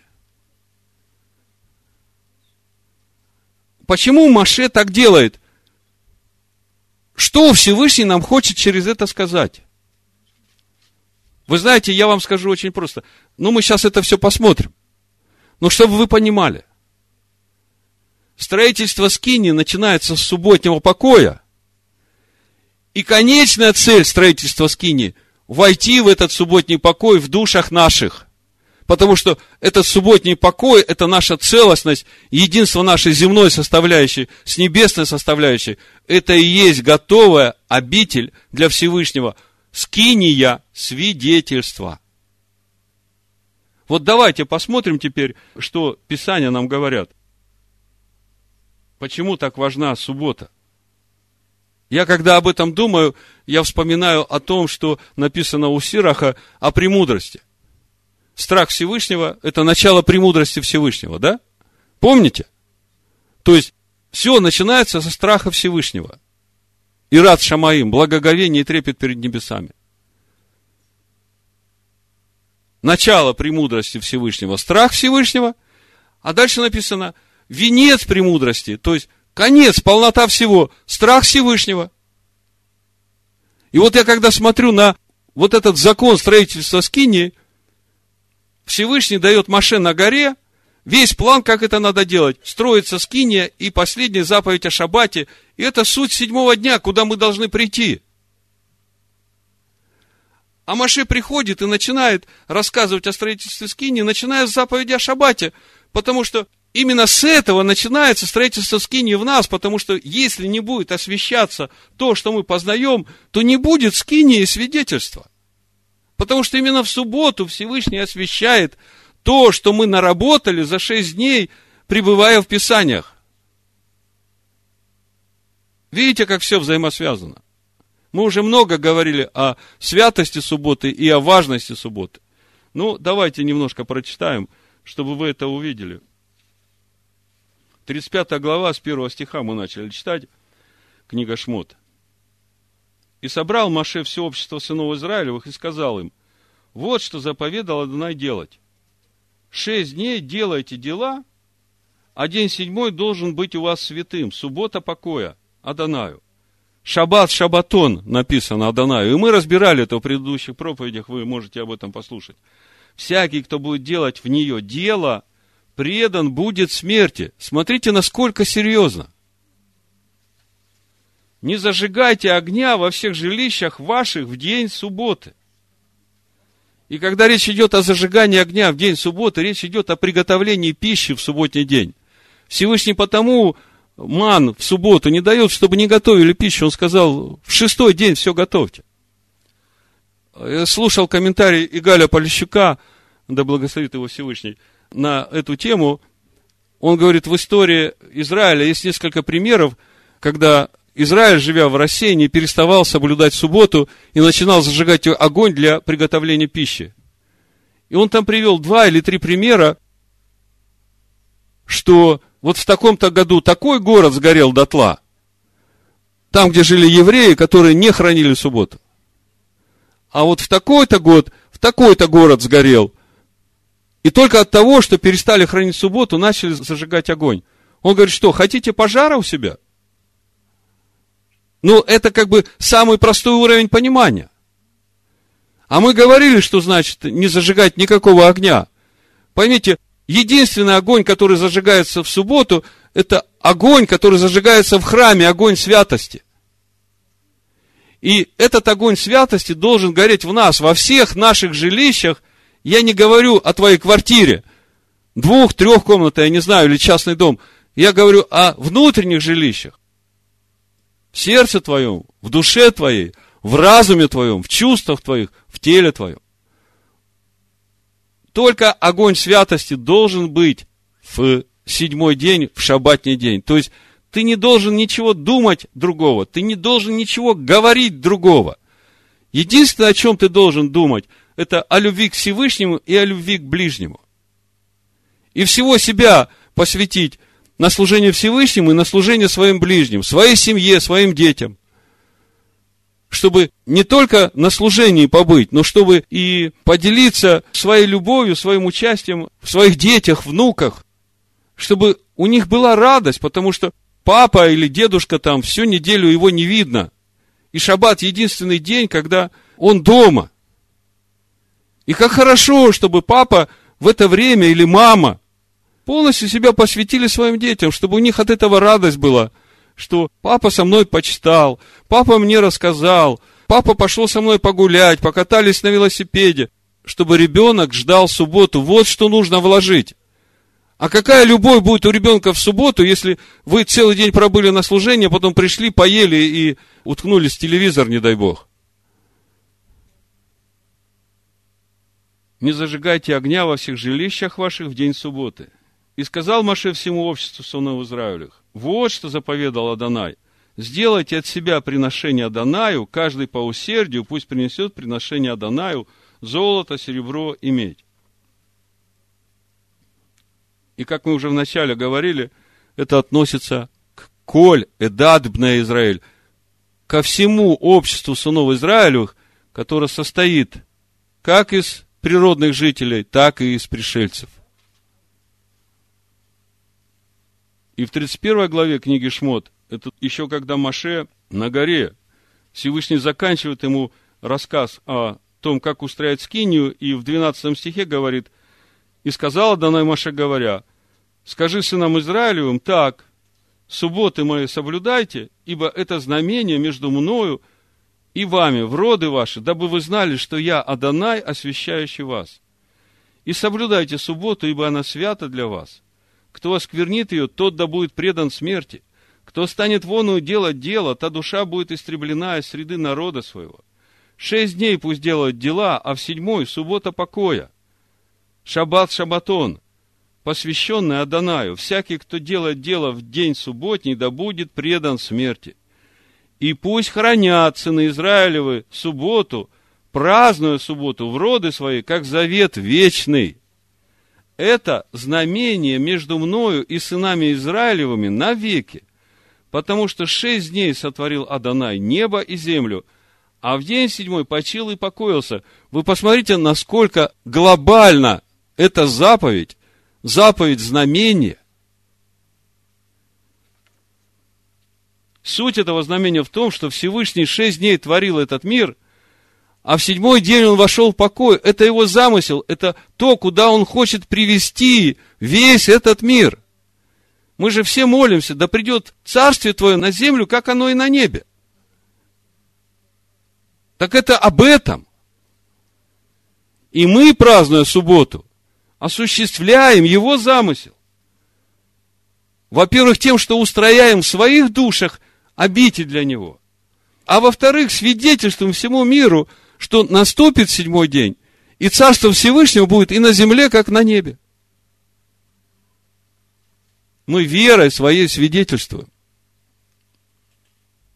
Почему Моше так делает? Что Всевышний нам хочет через это сказать? Вы знаете, я вам скажу очень просто. Ну, мы сейчас это все посмотрим. Но чтобы вы понимали, строительство скинии начинается с субботнего покоя, и конечная цель строительства скинии – войти в этот субботний покой в душах наших. Потому что этот субботний покой – это наша целостность, единство нашей земной составляющей с небесной составляющей. Это и есть готовая обитель для Всевышнего. Скиния свидетельства. Вот давайте посмотрим теперь, что Писания нам говорят. Почему так важна суббота? Я, когда об этом думаю, я вспоминаю о том, что написано у Сираха о премудрости. Страх Всевышнего – это начало премудрости Всевышнего, да? Помните? То есть, все начинается со страха Всевышнего. Ират Шамаим, благоговение и трепет перед небесами. Начало премудрости Всевышнего – страх Всевышнего, а дальше написано венец премудрости, то есть конец, полнота всего, страх Всевышнего. И вот я когда смотрю на вот этот закон строительства скинии, Всевышний дает Моше на горе весь план, как это надо делать. Строится скиния и последняя заповедь о шаббате. И это суть седьмого дня, куда мы должны прийти. А Моше приходит и начинает рассказывать о строительстве скинии, начиная с заповеди о шаббате. Потому что именно с этого начинается строительство скинии в нас. Потому что если не будет освящаться то, что мы познаем, то не будет скинии и свидетельства. Потому что именно в субботу Всевышний освящает то, что мы наработали за шесть дней, пребывая в Писаниях. Видите, как все взаимосвязано? Мы уже много говорили о святости субботы и о важности субботы. Ну, давайте немножко прочитаем, чтобы вы это увидели. тридцать пятая глава, с первого стиха мы начали читать, книга Шмот. И собрал Моше все общество сынов Израилевых и сказал им: вот что заповедал Адонай делать. Шесть дней делайте дела, а день седьмой должен быть у вас святым, суббота покоя Адонаю. Шаббат, шаббатон написано Адонаю. И мы разбирали это в предыдущих проповедях, вы можете об этом послушать. Всякий, кто будет делать в нее дело, предан будет смерти. Смотрите, насколько серьезно. Не зажигайте огня во всех жилищах ваших в день субботы. И когда речь идет о зажигании огня в день субботы, речь идет о приготовлении пищи в субботний день. Всевышний потому ман в субботу не дает, чтобы не готовили пищу. Он сказал, в шестой день все готовьте. Я слушал комментарий Игаля Полищука, да благословит его Всевышний, на эту тему. Он говорит, в истории Израиля есть несколько примеров, когда Израиль, живя в России, не переставал соблюдать субботу и начинал зажигать огонь для приготовления пищи. И он там привел два или три примера, что вот в таком-то году такой город сгорел дотла, там, где жили евреи, которые не хранили субботу. А вот в такой-то год, в такой-то город сгорел. И только от того, что перестали хранить субботу, начали зажигать огонь. Он говорит, что, хотите пожара у себя? Ну, это как бы самый простой уровень понимания. А мы говорили, что значит не зажигать никакого огня. Поймите, единственный огонь, который зажигается в субботу, это огонь, который зажигается в храме, огонь святости. И этот огонь святости должен гореть в нас, во всех наших жилищах. Я не говорю о твоей квартире, двух, трех комнат, я не знаю, или частный дом. Я говорю о внутренних жилищах. В сердце твоем, в душе твоей, в разуме твоем, в чувствах твоих, в теле твоем. Только огонь святости должен быть в седьмой день, в шаббатний день. То есть, ты не должен ничего думать другого, ты не должен ничего говорить другого. Единственное, о чем ты должен думать, это о любви к Всевышнему и о любви к ближнему. И всего себя посвятить на служение Всевышнему и на служение своим ближним, своей семье, своим детям. Чтобы не только на служении побыть, но чтобы и поделиться своей любовью, своим участием в своих детях, внуках. Чтобы у них была радость, потому что папа или дедушка там всю неделю его не видно. И шаббат единственный день, когда он дома. И как хорошо, чтобы папа в это время или мама полностью себя посвятили своим детям, чтобы у них от этого радость была, что папа со мной почитал, папа мне рассказал, папа пошел со мной погулять, покатались на велосипеде, чтобы ребенок ждал субботу. Вот что нужно вложить. А какая любовь будет у ребенка в субботу, если вы целый день пробыли на служении, а потом пришли, поели и уткнулись в телевизор, не дай Бог? Не зажигайте огня во всех жилищах ваших в день субботы. И сказал Моше всему обществу сынов Израилевых: вот что заповедал Адонай. Сделайте от себя приношение Адонаю, каждый по усердию пусть принесет приношение Адонаю золото, серебро и медь. И как мы уже вначале говорили, это относится к коль эдад бне Израиль, ко всему обществу сынов Израилевых, которое состоит как из природных жителей, так и из пришельцев. И в тридцать первой главе книги Шмот, это еще когда Моше на горе, Всевышний заканчивает ему рассказ о том, как устроять скинию, и в двенадцатом стихе говорит: и сказал Адонай Моше, говоря: скажи сынам Израилевым так: субботы мои соблюдайте, ибо это знамение между мною и вами в роды ваши, дабы вы знали, что я Адонай, освящающий вас. И соблюдайте субботу, ибо она свята для вас. Кто осквернит ее, тот да будет предан смерти. Кто станет воную делать дело, та душа будет истреблена из среды народа своего. Шесть дней пусть делают дела, а в седьмой суббота покоя. Шаббат шаббатон, посвященный Адонаю. Всякий, кто делает дело в день субботний, да будет предан смерти. И пусть хранят сыны Израилевы субботу, празднуя субботу в роды свои, как завет вечный. Это знамение между мною и сынами Израилевыми навеки, потому что шесть дней сотворил Адонай небо и землю, а в день седьмой почил и покоился. Вы посмотрите, насколько глобально эта заповедь, заповедь знамения. Суть этого знамения в том, что Всевышний шесть дней творил этот мир, а в седьмой день он вошел в покой. Это его замысел, это то, куда он хочет привести весь этот мир. Мы же все молимся: да придет царствие твое на землю, как оно и на небе. Так это об этом. И мы, празднуя субботу, осуществляем его замысел. Во-первых, тем, что устрояем в своих душах обитель для него. А во-вторых, свидетельствуем всему миру, что наступит седьмой день, и Царство Всевышнего будет и на земле, как на небе. Мы верой своей свидетельствуем.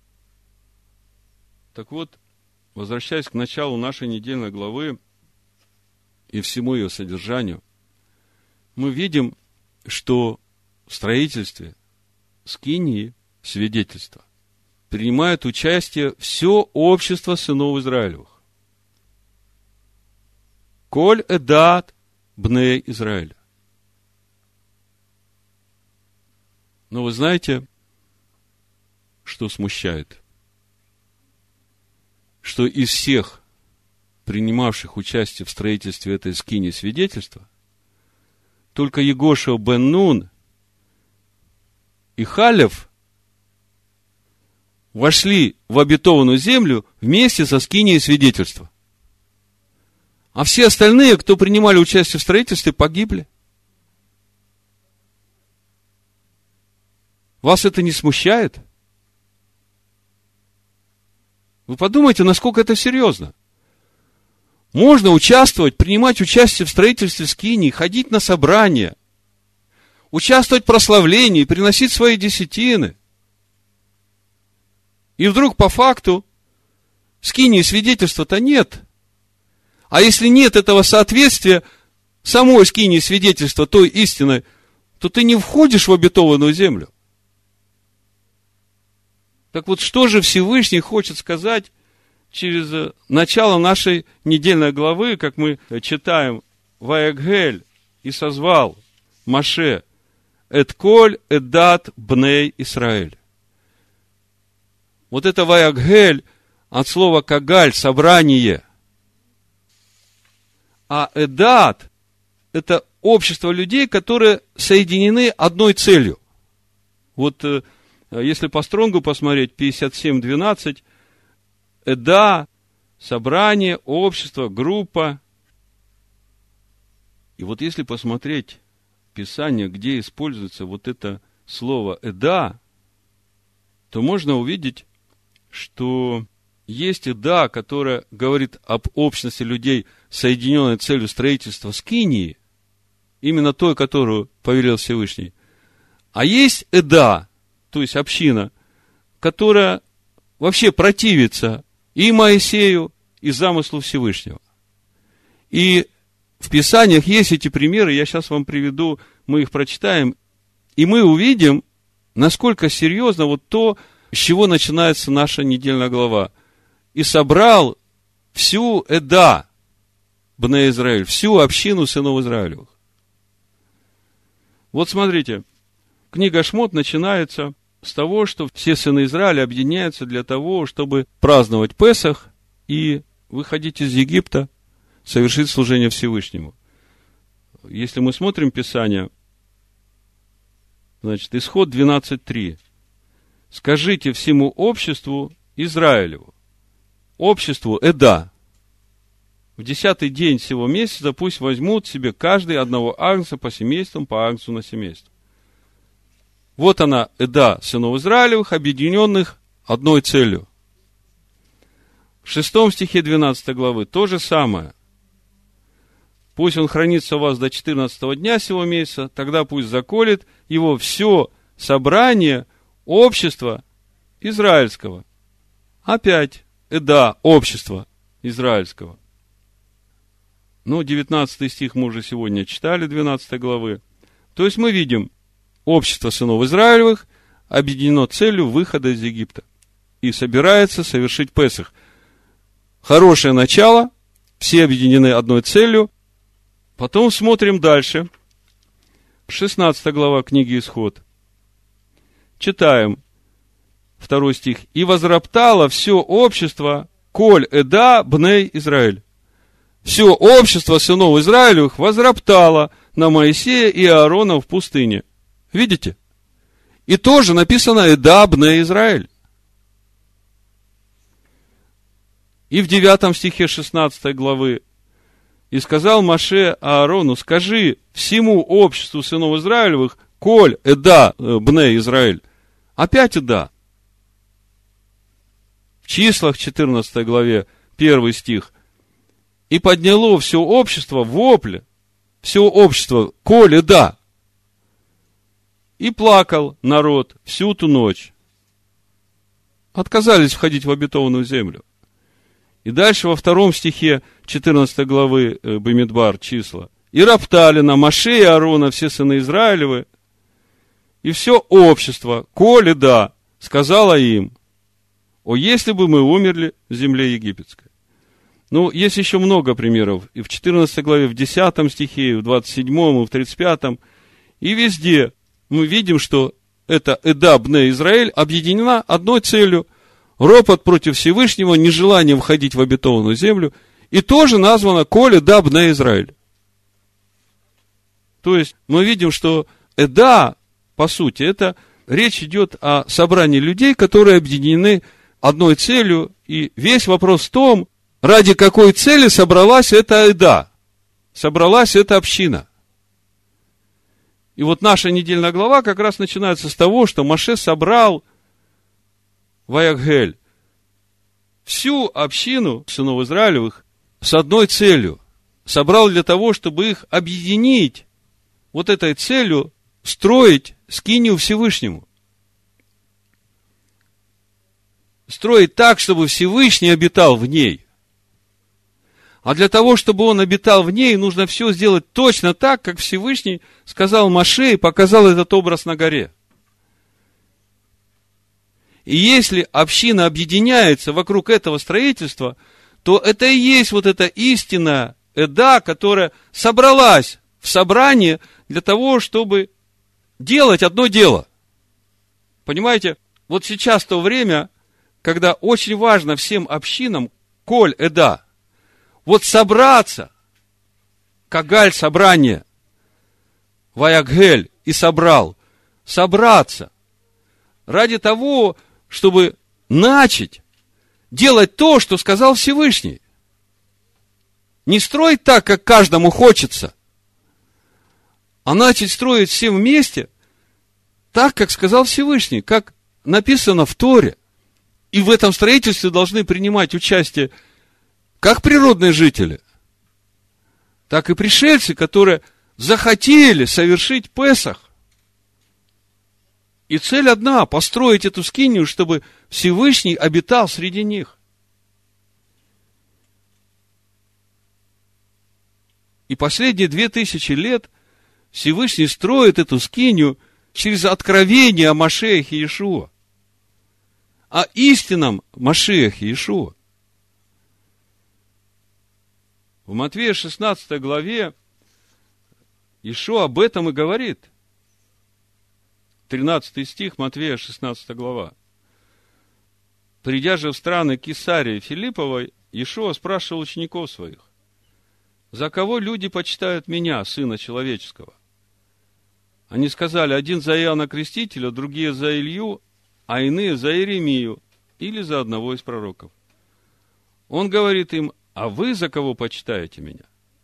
Так вот, возвращаясь к началу нашей недельной главы и всему ее содержанию, мы видим, что в строительстве скинии свидетельства принимает участие все общество сынов Израилевых. Коль эдат бней Израиля. Но вы знаете, что смущает? Что из всех принимавших участие в строительстве этой скинии свидетельства, только Егошуа бен Нун и Халев вошли в обетованную землю вместе со скинией свидетельства. А все остальные, кто принимали участие в строительстве, погибли. Вас это не смущает? Вы подумайте, насколько это серьезно. Можно участвовать, принимать участие в строительстве скинии, ходить на собрания, участвовать в прославлении, приносить свои десятины. И вдруг по факту скинии свидетельства-то нет. А если нет этого соответствия самой скинии свидетельства той истины, то ты не входишь в обетованную землю. Так вот, что же Всевышний хочет сказать через начало нашей недельной главы, как мы читаем: «Ваягель и созвал Моше эт коль эдат бней Исраэль». Вот это «Ваягель» от слова «кагаль» – собрание. А эдат – это общество людей, которые соединены одной целью. Вот если по Стронгу посмотреть, пятьдесят семь двенадцать, эда – собрание, общество, группа. И вот если посмотреть Писание, где используется вот это слово эда, то можно увидеть, что есть эда, которая говорит об общности людей, соединенной целью строительства скинии, именно той, которую повелел Всевышний. А есть эда, то есть община, которая вообще противится и Моисею, и замыслу Всевышнего. И в Писаниях есть эти примеры, я сейчас вам приведу, мы их прочитаем, и мы увидим, насколько серьезно вот то, с чего начинается наша недельная глава. «И собрал всю эда, бней Израиль», всю общину сынов Израилевых. Вот смотрите, книга Шмот начинается с того, что все сыны Израиля объединяются для того, чтобы праздновать Песах и выходить из Египта, совершить служение Всевышнему. Если мы смотрим Писание, значит, Исход двенадцать три. «Скажите всему обществу Израилеву, обществу эда, в десятый день сего месяца пусть возьмут себе каждый одного агнца по семействам, по агнцу на семейство». Вот она, эда сынов Израилевых, объединенных одной целью. В шестом стихе двенадцатой главы то же самое. «Пусть он хранится у вас до четырнадцатого дня сего месяца, тогда пусть заколет его все собрание общества израильского». Опять эда, общество израильского. Ну, девятнадцатый стих мы уже сегодня читали, двенадцатой главы. То есть мы видим, общество сынов Израилевых объединено целью выхода из Египта и собирается совершить Песах. Хорошее начало, все объединены одной целью. Потом смотрим дальше. шестнадцатая глава книги Исход. Читаем второй стих. «И возроптало все общество, коль эда бней Израиль». Все общество сынов Израилевых возроптало на Моисея и Аарона в пустыне. Видите? И тоже написано эда бней Израиль. И в девятом стихе шестнадцатой главы: «И сказал Моше Аарону: скажи всему обществу сынов Израилевых, коль эда бней Израиль». Опять эда. В Числах четырнадцатой главе, первый стих: «И подняло все общество вопль, все общество, коль эда. И плакал народ всю ту ночь». отказались входить в обетованную землю. И дальше во втором стихе четырнадцатой главы Бамидбар, числа. И роптали на Моше и Аарона все сыны Израилевы, и все общество, коли да, сказала им: о, если бы мы умерли в земле египетской. Ну, есть еще много примеров. И в четырнадцатой главе, в десятом стихе, и в двадцать седьмом, и в тридцать пятом. И везде мы видим, что эта Эда бне Израиль объединена одной целью: ропот против Всевышнего, нежеланием входить в обетованную землю, и тоже названо коли да бне Израиль. То есть мы видим, что Эда, по сути, это речь идет о собрании людей, которые объединены одной целью, и весь вопрос в том, ради какой цели собралась эта Эда, собралась эта община. И вот наша недельная глава как раз начинается с того, что Моше собрал Ваягель всю общину сынов Израилевых с одной целью. Собрал для того, чтобы их объединить вот этой целью, строить скинию Всевышнему. Строить так, чтобы Всевышний обитал в ней. А для того, чтобы он обитал в ней, нужно все сделать точно так, как Всевышний сказал Моше и показал этот образ на горе. И если община объединяется вокруг этого строительства, то это и есть вот эта истинная Эда, которая собралась в собрание для того, чтобы делать одно дело. Понимаете? Вот сейчас то время, когда очень важно всем общинам, коль Эда, вот собраться, Кагаль собрание, Ваягель и собрал, собраться ради того, чтобы начать делать то, что сказал Всевышний. Не строить так, как каждому хочется, а начать строить всем вместе так, как сказал Всевышний, как написано в Торе. И в этом строительстве должны принимать участие как природные жители, так и пришельцы, которые захотели совершить Песах. И цель одна – построить эту скинию, чтобы Всевышний обитал среди них. И последние две тысячи лет Всевышний строит эту скинию через откровение о Машиахе Иешуа, о истинном Машиахе Иешуа. В Матфея шестнадцатой главе Иешуа об этом и говорит. тринадцатый стих, Матфея шестнадцатая глава. Придя же в страны Кесарии Филипповой, Иешуа спрашивал учеников своих: за кого люди почитают меня, Сына Человеческого? Они сказали: один за Иоанна Крестителя, другие за Илью, а иные за Иеремию или за одного из пророков. Он говорит им: а вы за кого почитаете меня?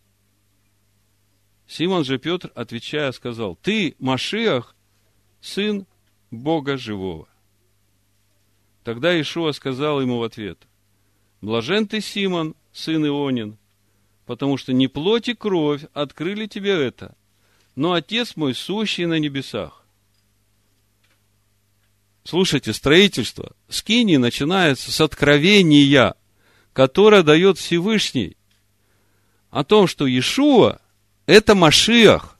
Симон же Петр, отвечая, сказал: ты, Машиах, Сын Бога Живого. Тогда Иешуа сказал ему в ответ: блажен ты, Симон, сын Ионин, потому что не плоть и кровь открыли тебе это, но Отец мой, сущий на небесах. Слушайте, строительство скинии начинается с откровения, которое дает Всевышний, о том, что Иешуа – это Машиах,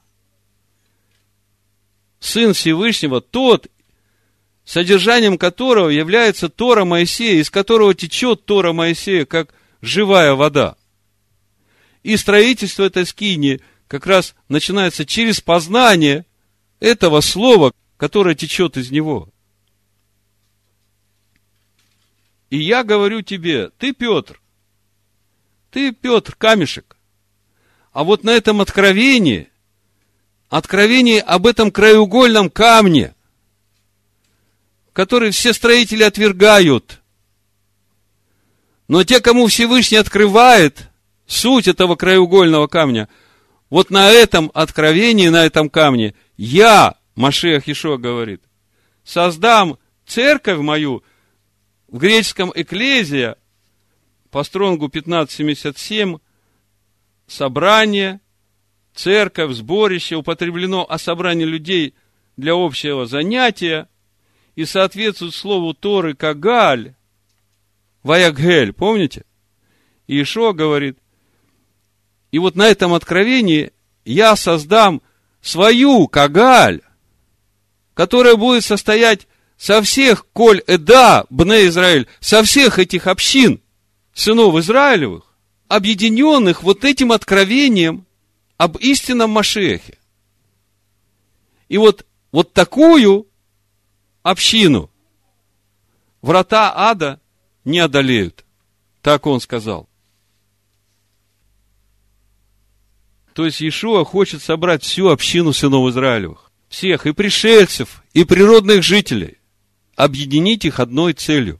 Сын Всевышнего, тот, содержанием которого является Тора Моисея, из которого течет Тора Моисея, как живая вода. И строительство этой скинии как раз начинается через познание этого слова, которое течет из него. И я говорю тебе: ты, Петр, ты, Петр, камешек. А вот на этом откровении, откровении об этом краеугольном камне, который все строители отвергают, но те, кому Всевышний открывает суть этого краеугольного камня, вот на этом откровении, на этом камне, я, Машиах Иешуа говорит, создам церковь мою, в греческом экклезия, по стронгу пятнадцать семьдесят семь, собрание, церковь, сборище, употреблено о собрании людей для общего занятия. и соответствует слову Торы Кагаль, Ваягель, помните? И Иешуа говорит, и вот на этом откровении я создам свою Кагаль, которая будет состоять со всех Коль Эда, Бне Израиль, со всех этих общин, сынов Израилевых, объединенных вот этим откровением об истинном Машиахе. И вот, вот такую общину врата ада не одолеют. Так он сказал. То есть Иешуа хочет собрать всю общину сынов Израилевых, всех, и пришельцев, и природных жителей, объединить их одной целью.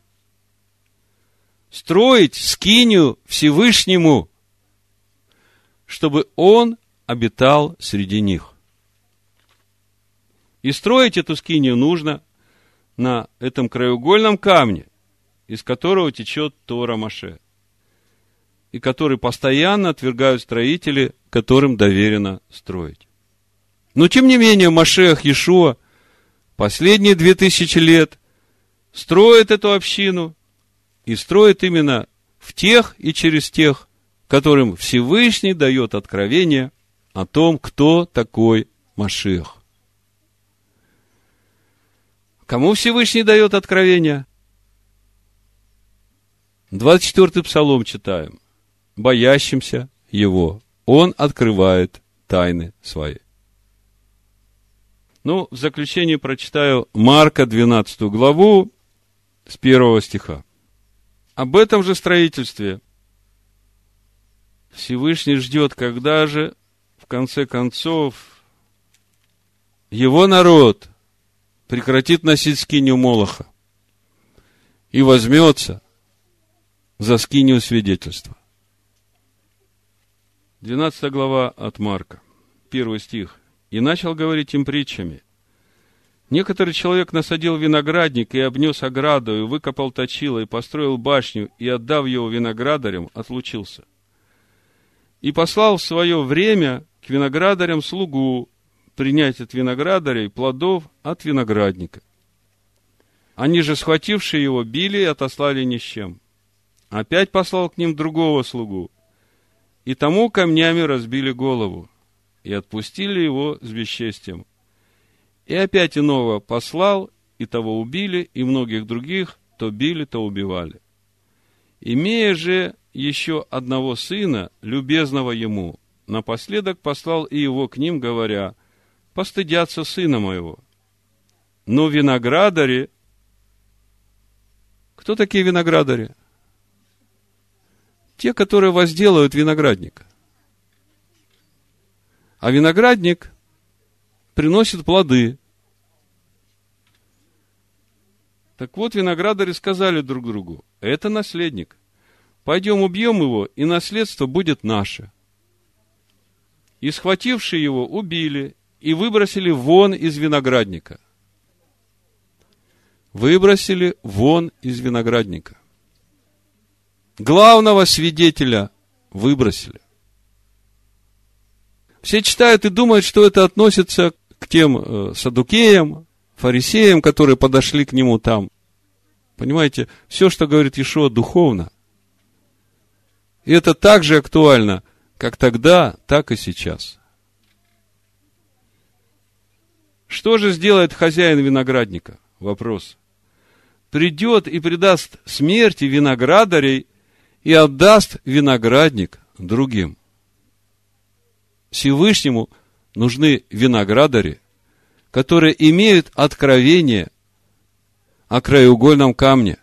Строить скинию Всевышнему, чтобы он обитал среди них. И строить эту скинию нужно на этом краеугольном камне, из которого течет Тора Моше, и который постоянно отвергают строители, которым доверено строить. Но, тем не менее, Машиах Иешуа последние две тысячи лет строит эту общину, и строит именно в тех и через тех, которым Всевышний дает откровение о том, кто такой Машиах. Кому Всевышний дает откровение? двадцать четвёртый Псалом читаем. Боящимся Его Он открывает тайны свои. Ну, в заключение прочитаю Марка двенадцатую главу с первого стиха. Об этом же строительстве Всевышний ждет, когда же, в конце концов, его народ прекратит носить скинию Молоха и возьмется за скинию свидетельства. двенадцатая глава от Марка, первый стих. «И начал говорить им притчами. Некоторый человек насадил виноградник и обнес ограду, и выкопал точило, и построил башню, и, отдав его виноградарям, отлучился. И послал в свое время к виноградарям слугу принять от виноградарей плодов от виноградника. Они же, схватившие его, били и отослали ни с чем. Опять послал к ним другого слугу, и тому камнями разбили голову, и отпустили его с бесчестием. И опять иного послал, и того убили, и многих других то били, то убивали. Имея же еще одного сына, любезного ему, напоследок послал и его к ним, говоря: постыдятся сына моего. Но виноградари... Кто такие виноградари? Те, которые возделывают виноградник. А виноградник приносит плоды. Так вот, виноградари сказали друг другу: это наследник. Пойдем убьем его, и наследство будет наше. И, схватившие его, убили и выбросили вон из виноградника. Выбросили вон из виноградника. Главного свидетеля выбросили. Все читают и думают, что это относится к тем э, саддукеям, фарисеям, которые подошли к нему там. Понимаете, все, что говорит Иешуа, духовно. И это так же актуально, как тогда, так и сейчас. Что же сделает хозяин виноградника? Вопрос. Придет и предаст смерти виноградарей и отдаст виноградник другим. Всевышнему нужны виноградари, которые имеют откровение о краеугольном камне,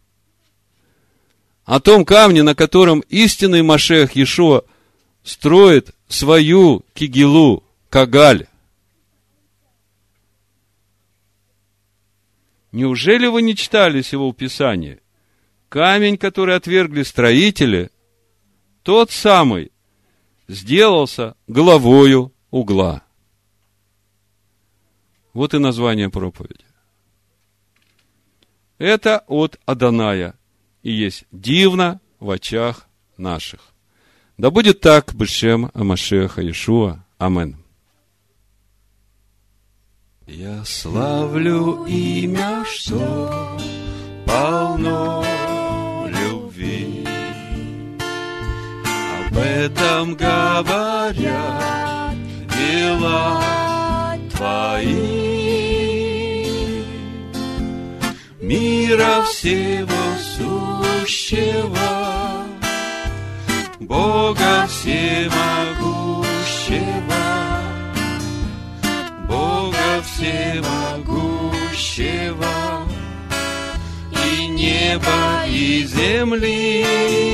о том камне, на котором истинный Машиах Иешуа строит свою кигилу, кагаль. Неужели вы не читали сего в Писании? Камень, который отвергли строители, тот самый сделался главою угла. Вот и название проповеди. Это от Адоная и есть дивно в очах наших. Да будет так, бешем Машиаха Иешуа. Амин. Я славлю имя, что полно любви. Об этом говорят дела Твои. Мира всего сущего, Бога всемогущего, Бога всемогущего, и неба, и земли,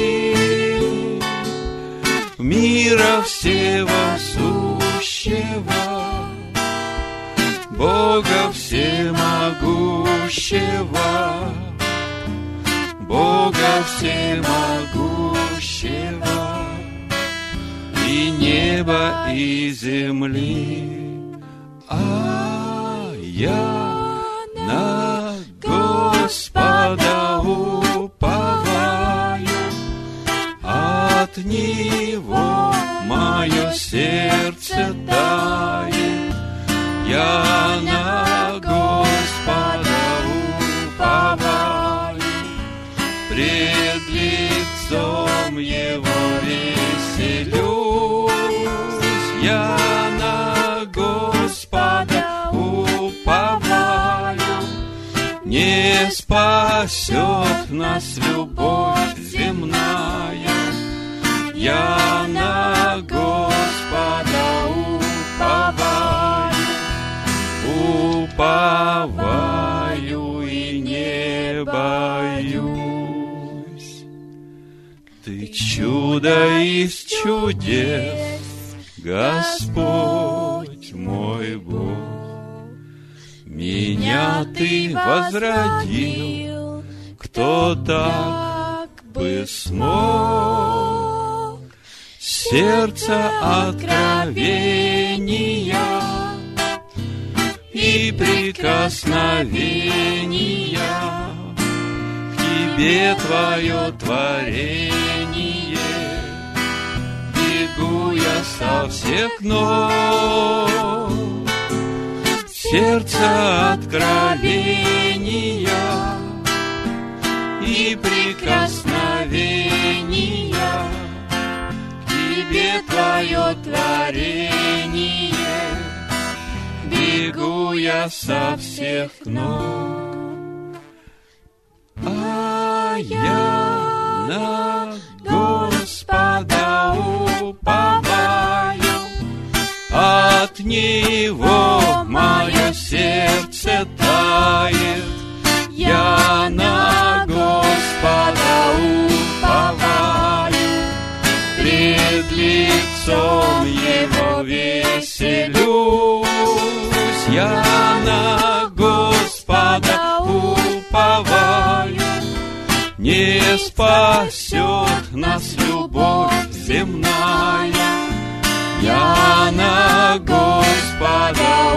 мира всего сущего, Бога всемогущего, Бога всемогущего, и неба, и земли. А я на Господа уповаю, от Него мое сердце тает. Я на Господа уповаю, пред лицом Его веселюсь. Я на Господа уповаю, не спасет нас любовь земная. Я на Господа уповаю, уповаю и не боюсь. Ты чудо из чудес, Господь мой Бог. Меня Ты возродил, кто так бы смог? Сердце откровения и прикосновения к Тебе Твое творение. Бегу я со всех ног, сердце откровения и прикосновения к Тебе Твое творение. Бегу я со всех ног, а я на Господа уповаю, от Него мое сердце тает. Я на Господа уповаю, пред лицом Его веселюсь. Я на Господа уповаю, не спасет нас любовь земная. Я на Господа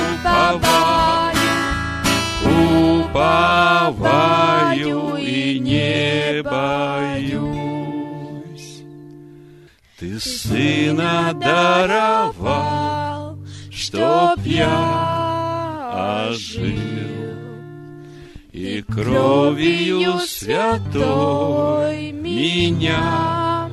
уповаю, уповаю и не боюсь. Ты Сына даровал, чтоб я ожил, и кровью святой меня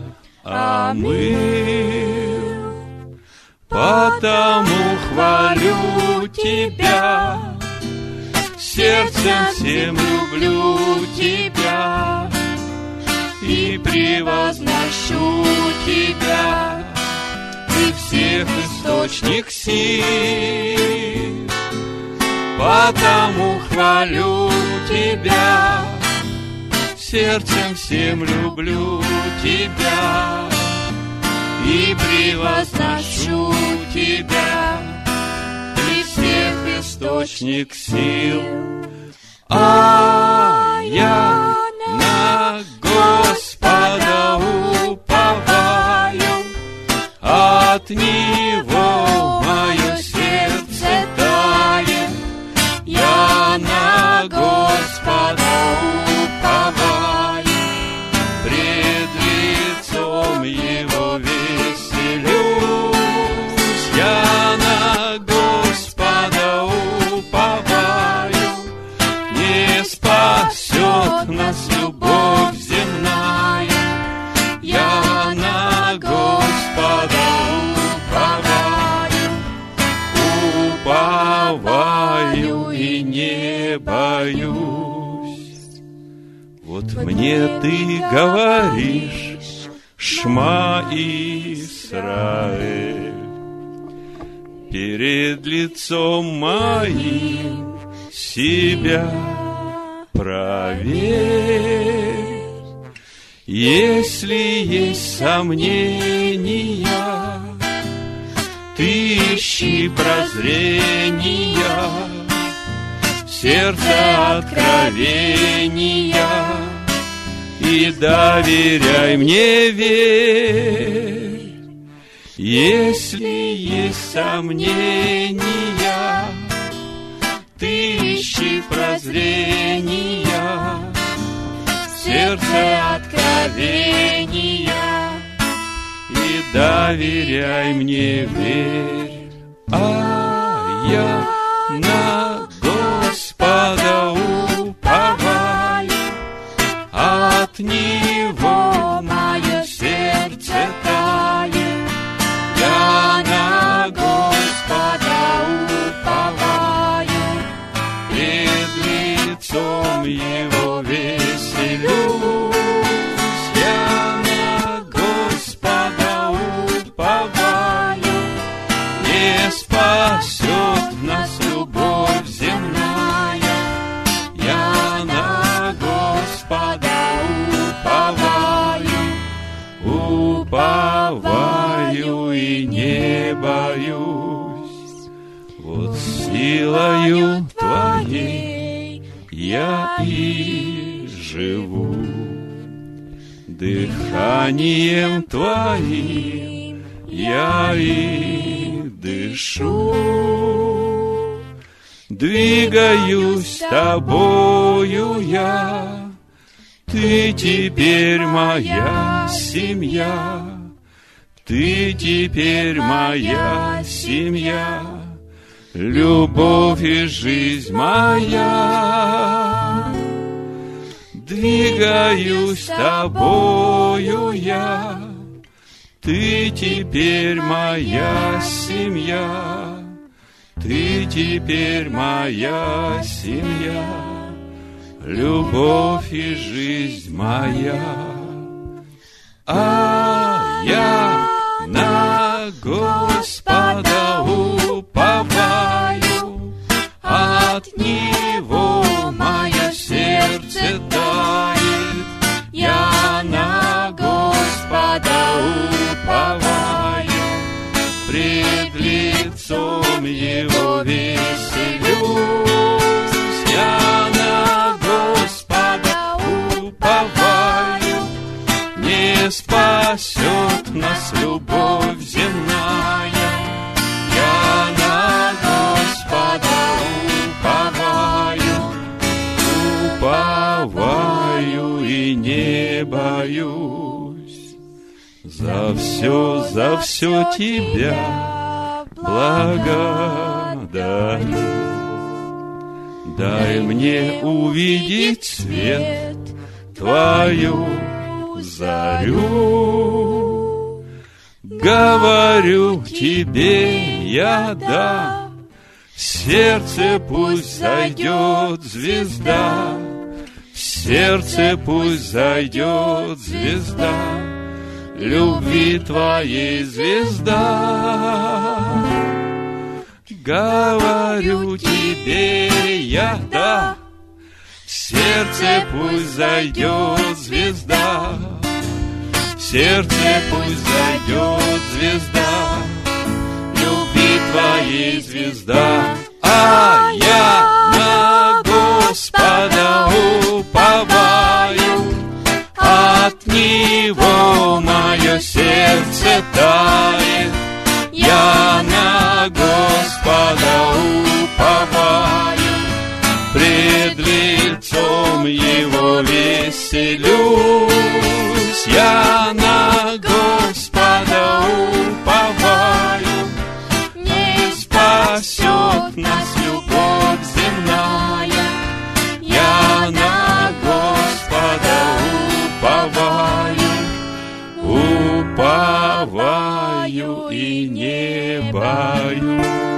омыл. Потому хвалю Тебя, сердцем всем люблю Тебя и превозношу Тебя. Ты всех источник сил, потому хвалю Тебя, сердцем всем люблю Тебя и превозношу Тебя. Ты всех источник сил, а я на Господа уповаю, от Него мое сердце тает. Я на Господа уповаю, пред лицом Его веселюсь. Я на Господа уповаю, боюсь. Вот мне ты говоришь, Шма Исраэль, перед лицом моим себя проверь. Если есть сомнения, ты ищи прозрения, в сердце откровения, и доверяй мне, верь. Если есть сомнения, ты ищи прозрения, в сердце откровения, и доверяй мне, верь. А я на Господа уповаю, от Него мое сердце тает. Я на Господа уповаю, пред лицом Его веселюсь. Я на Господа уповаю, не спасет нас любовь земная. Я на Господа уповаю, уповаю и не боюсь. Вот силою Твоей я и живу, дыханием Твоим я и дышу. Двигаюсь Тобою я, Ты теперь моя семья. Ты теперь моя семья, любовь и жизнь моя. Двигаюсь Тобою я, Ты теперь моя семья. Ты теперь моя семья, любовь и жизнь моя. А я на Господа уповаю, от Него мое сердце тает. Я на Господа уповаю, пред лицом Его веселюсь. Я на Господа уповаю, не спасет нас любовь земная. Я на Господа уповаю, уповаю и не боюсь. За все, за все Тебя благодарю. Дай мне увидеть свет, Твою зарю. Говорю Тебе я да, в сердце пусть зайдет звезда, в сердце пусть зайдет звезда, любви Твоей звезда. Говорю Тебе я да, в сердце пусть зайдет звезда, в сердце пусть зайдет звезда, любви Твоей звезда. А я на Господа уповаю, от Него мое сердце тает. Я на Господа уповаю, пред лицом Его веселюсь. Я на Господа уповаю, не спасет нас любовь земная. Я на Господа уповаю, уповаю и не боюсь.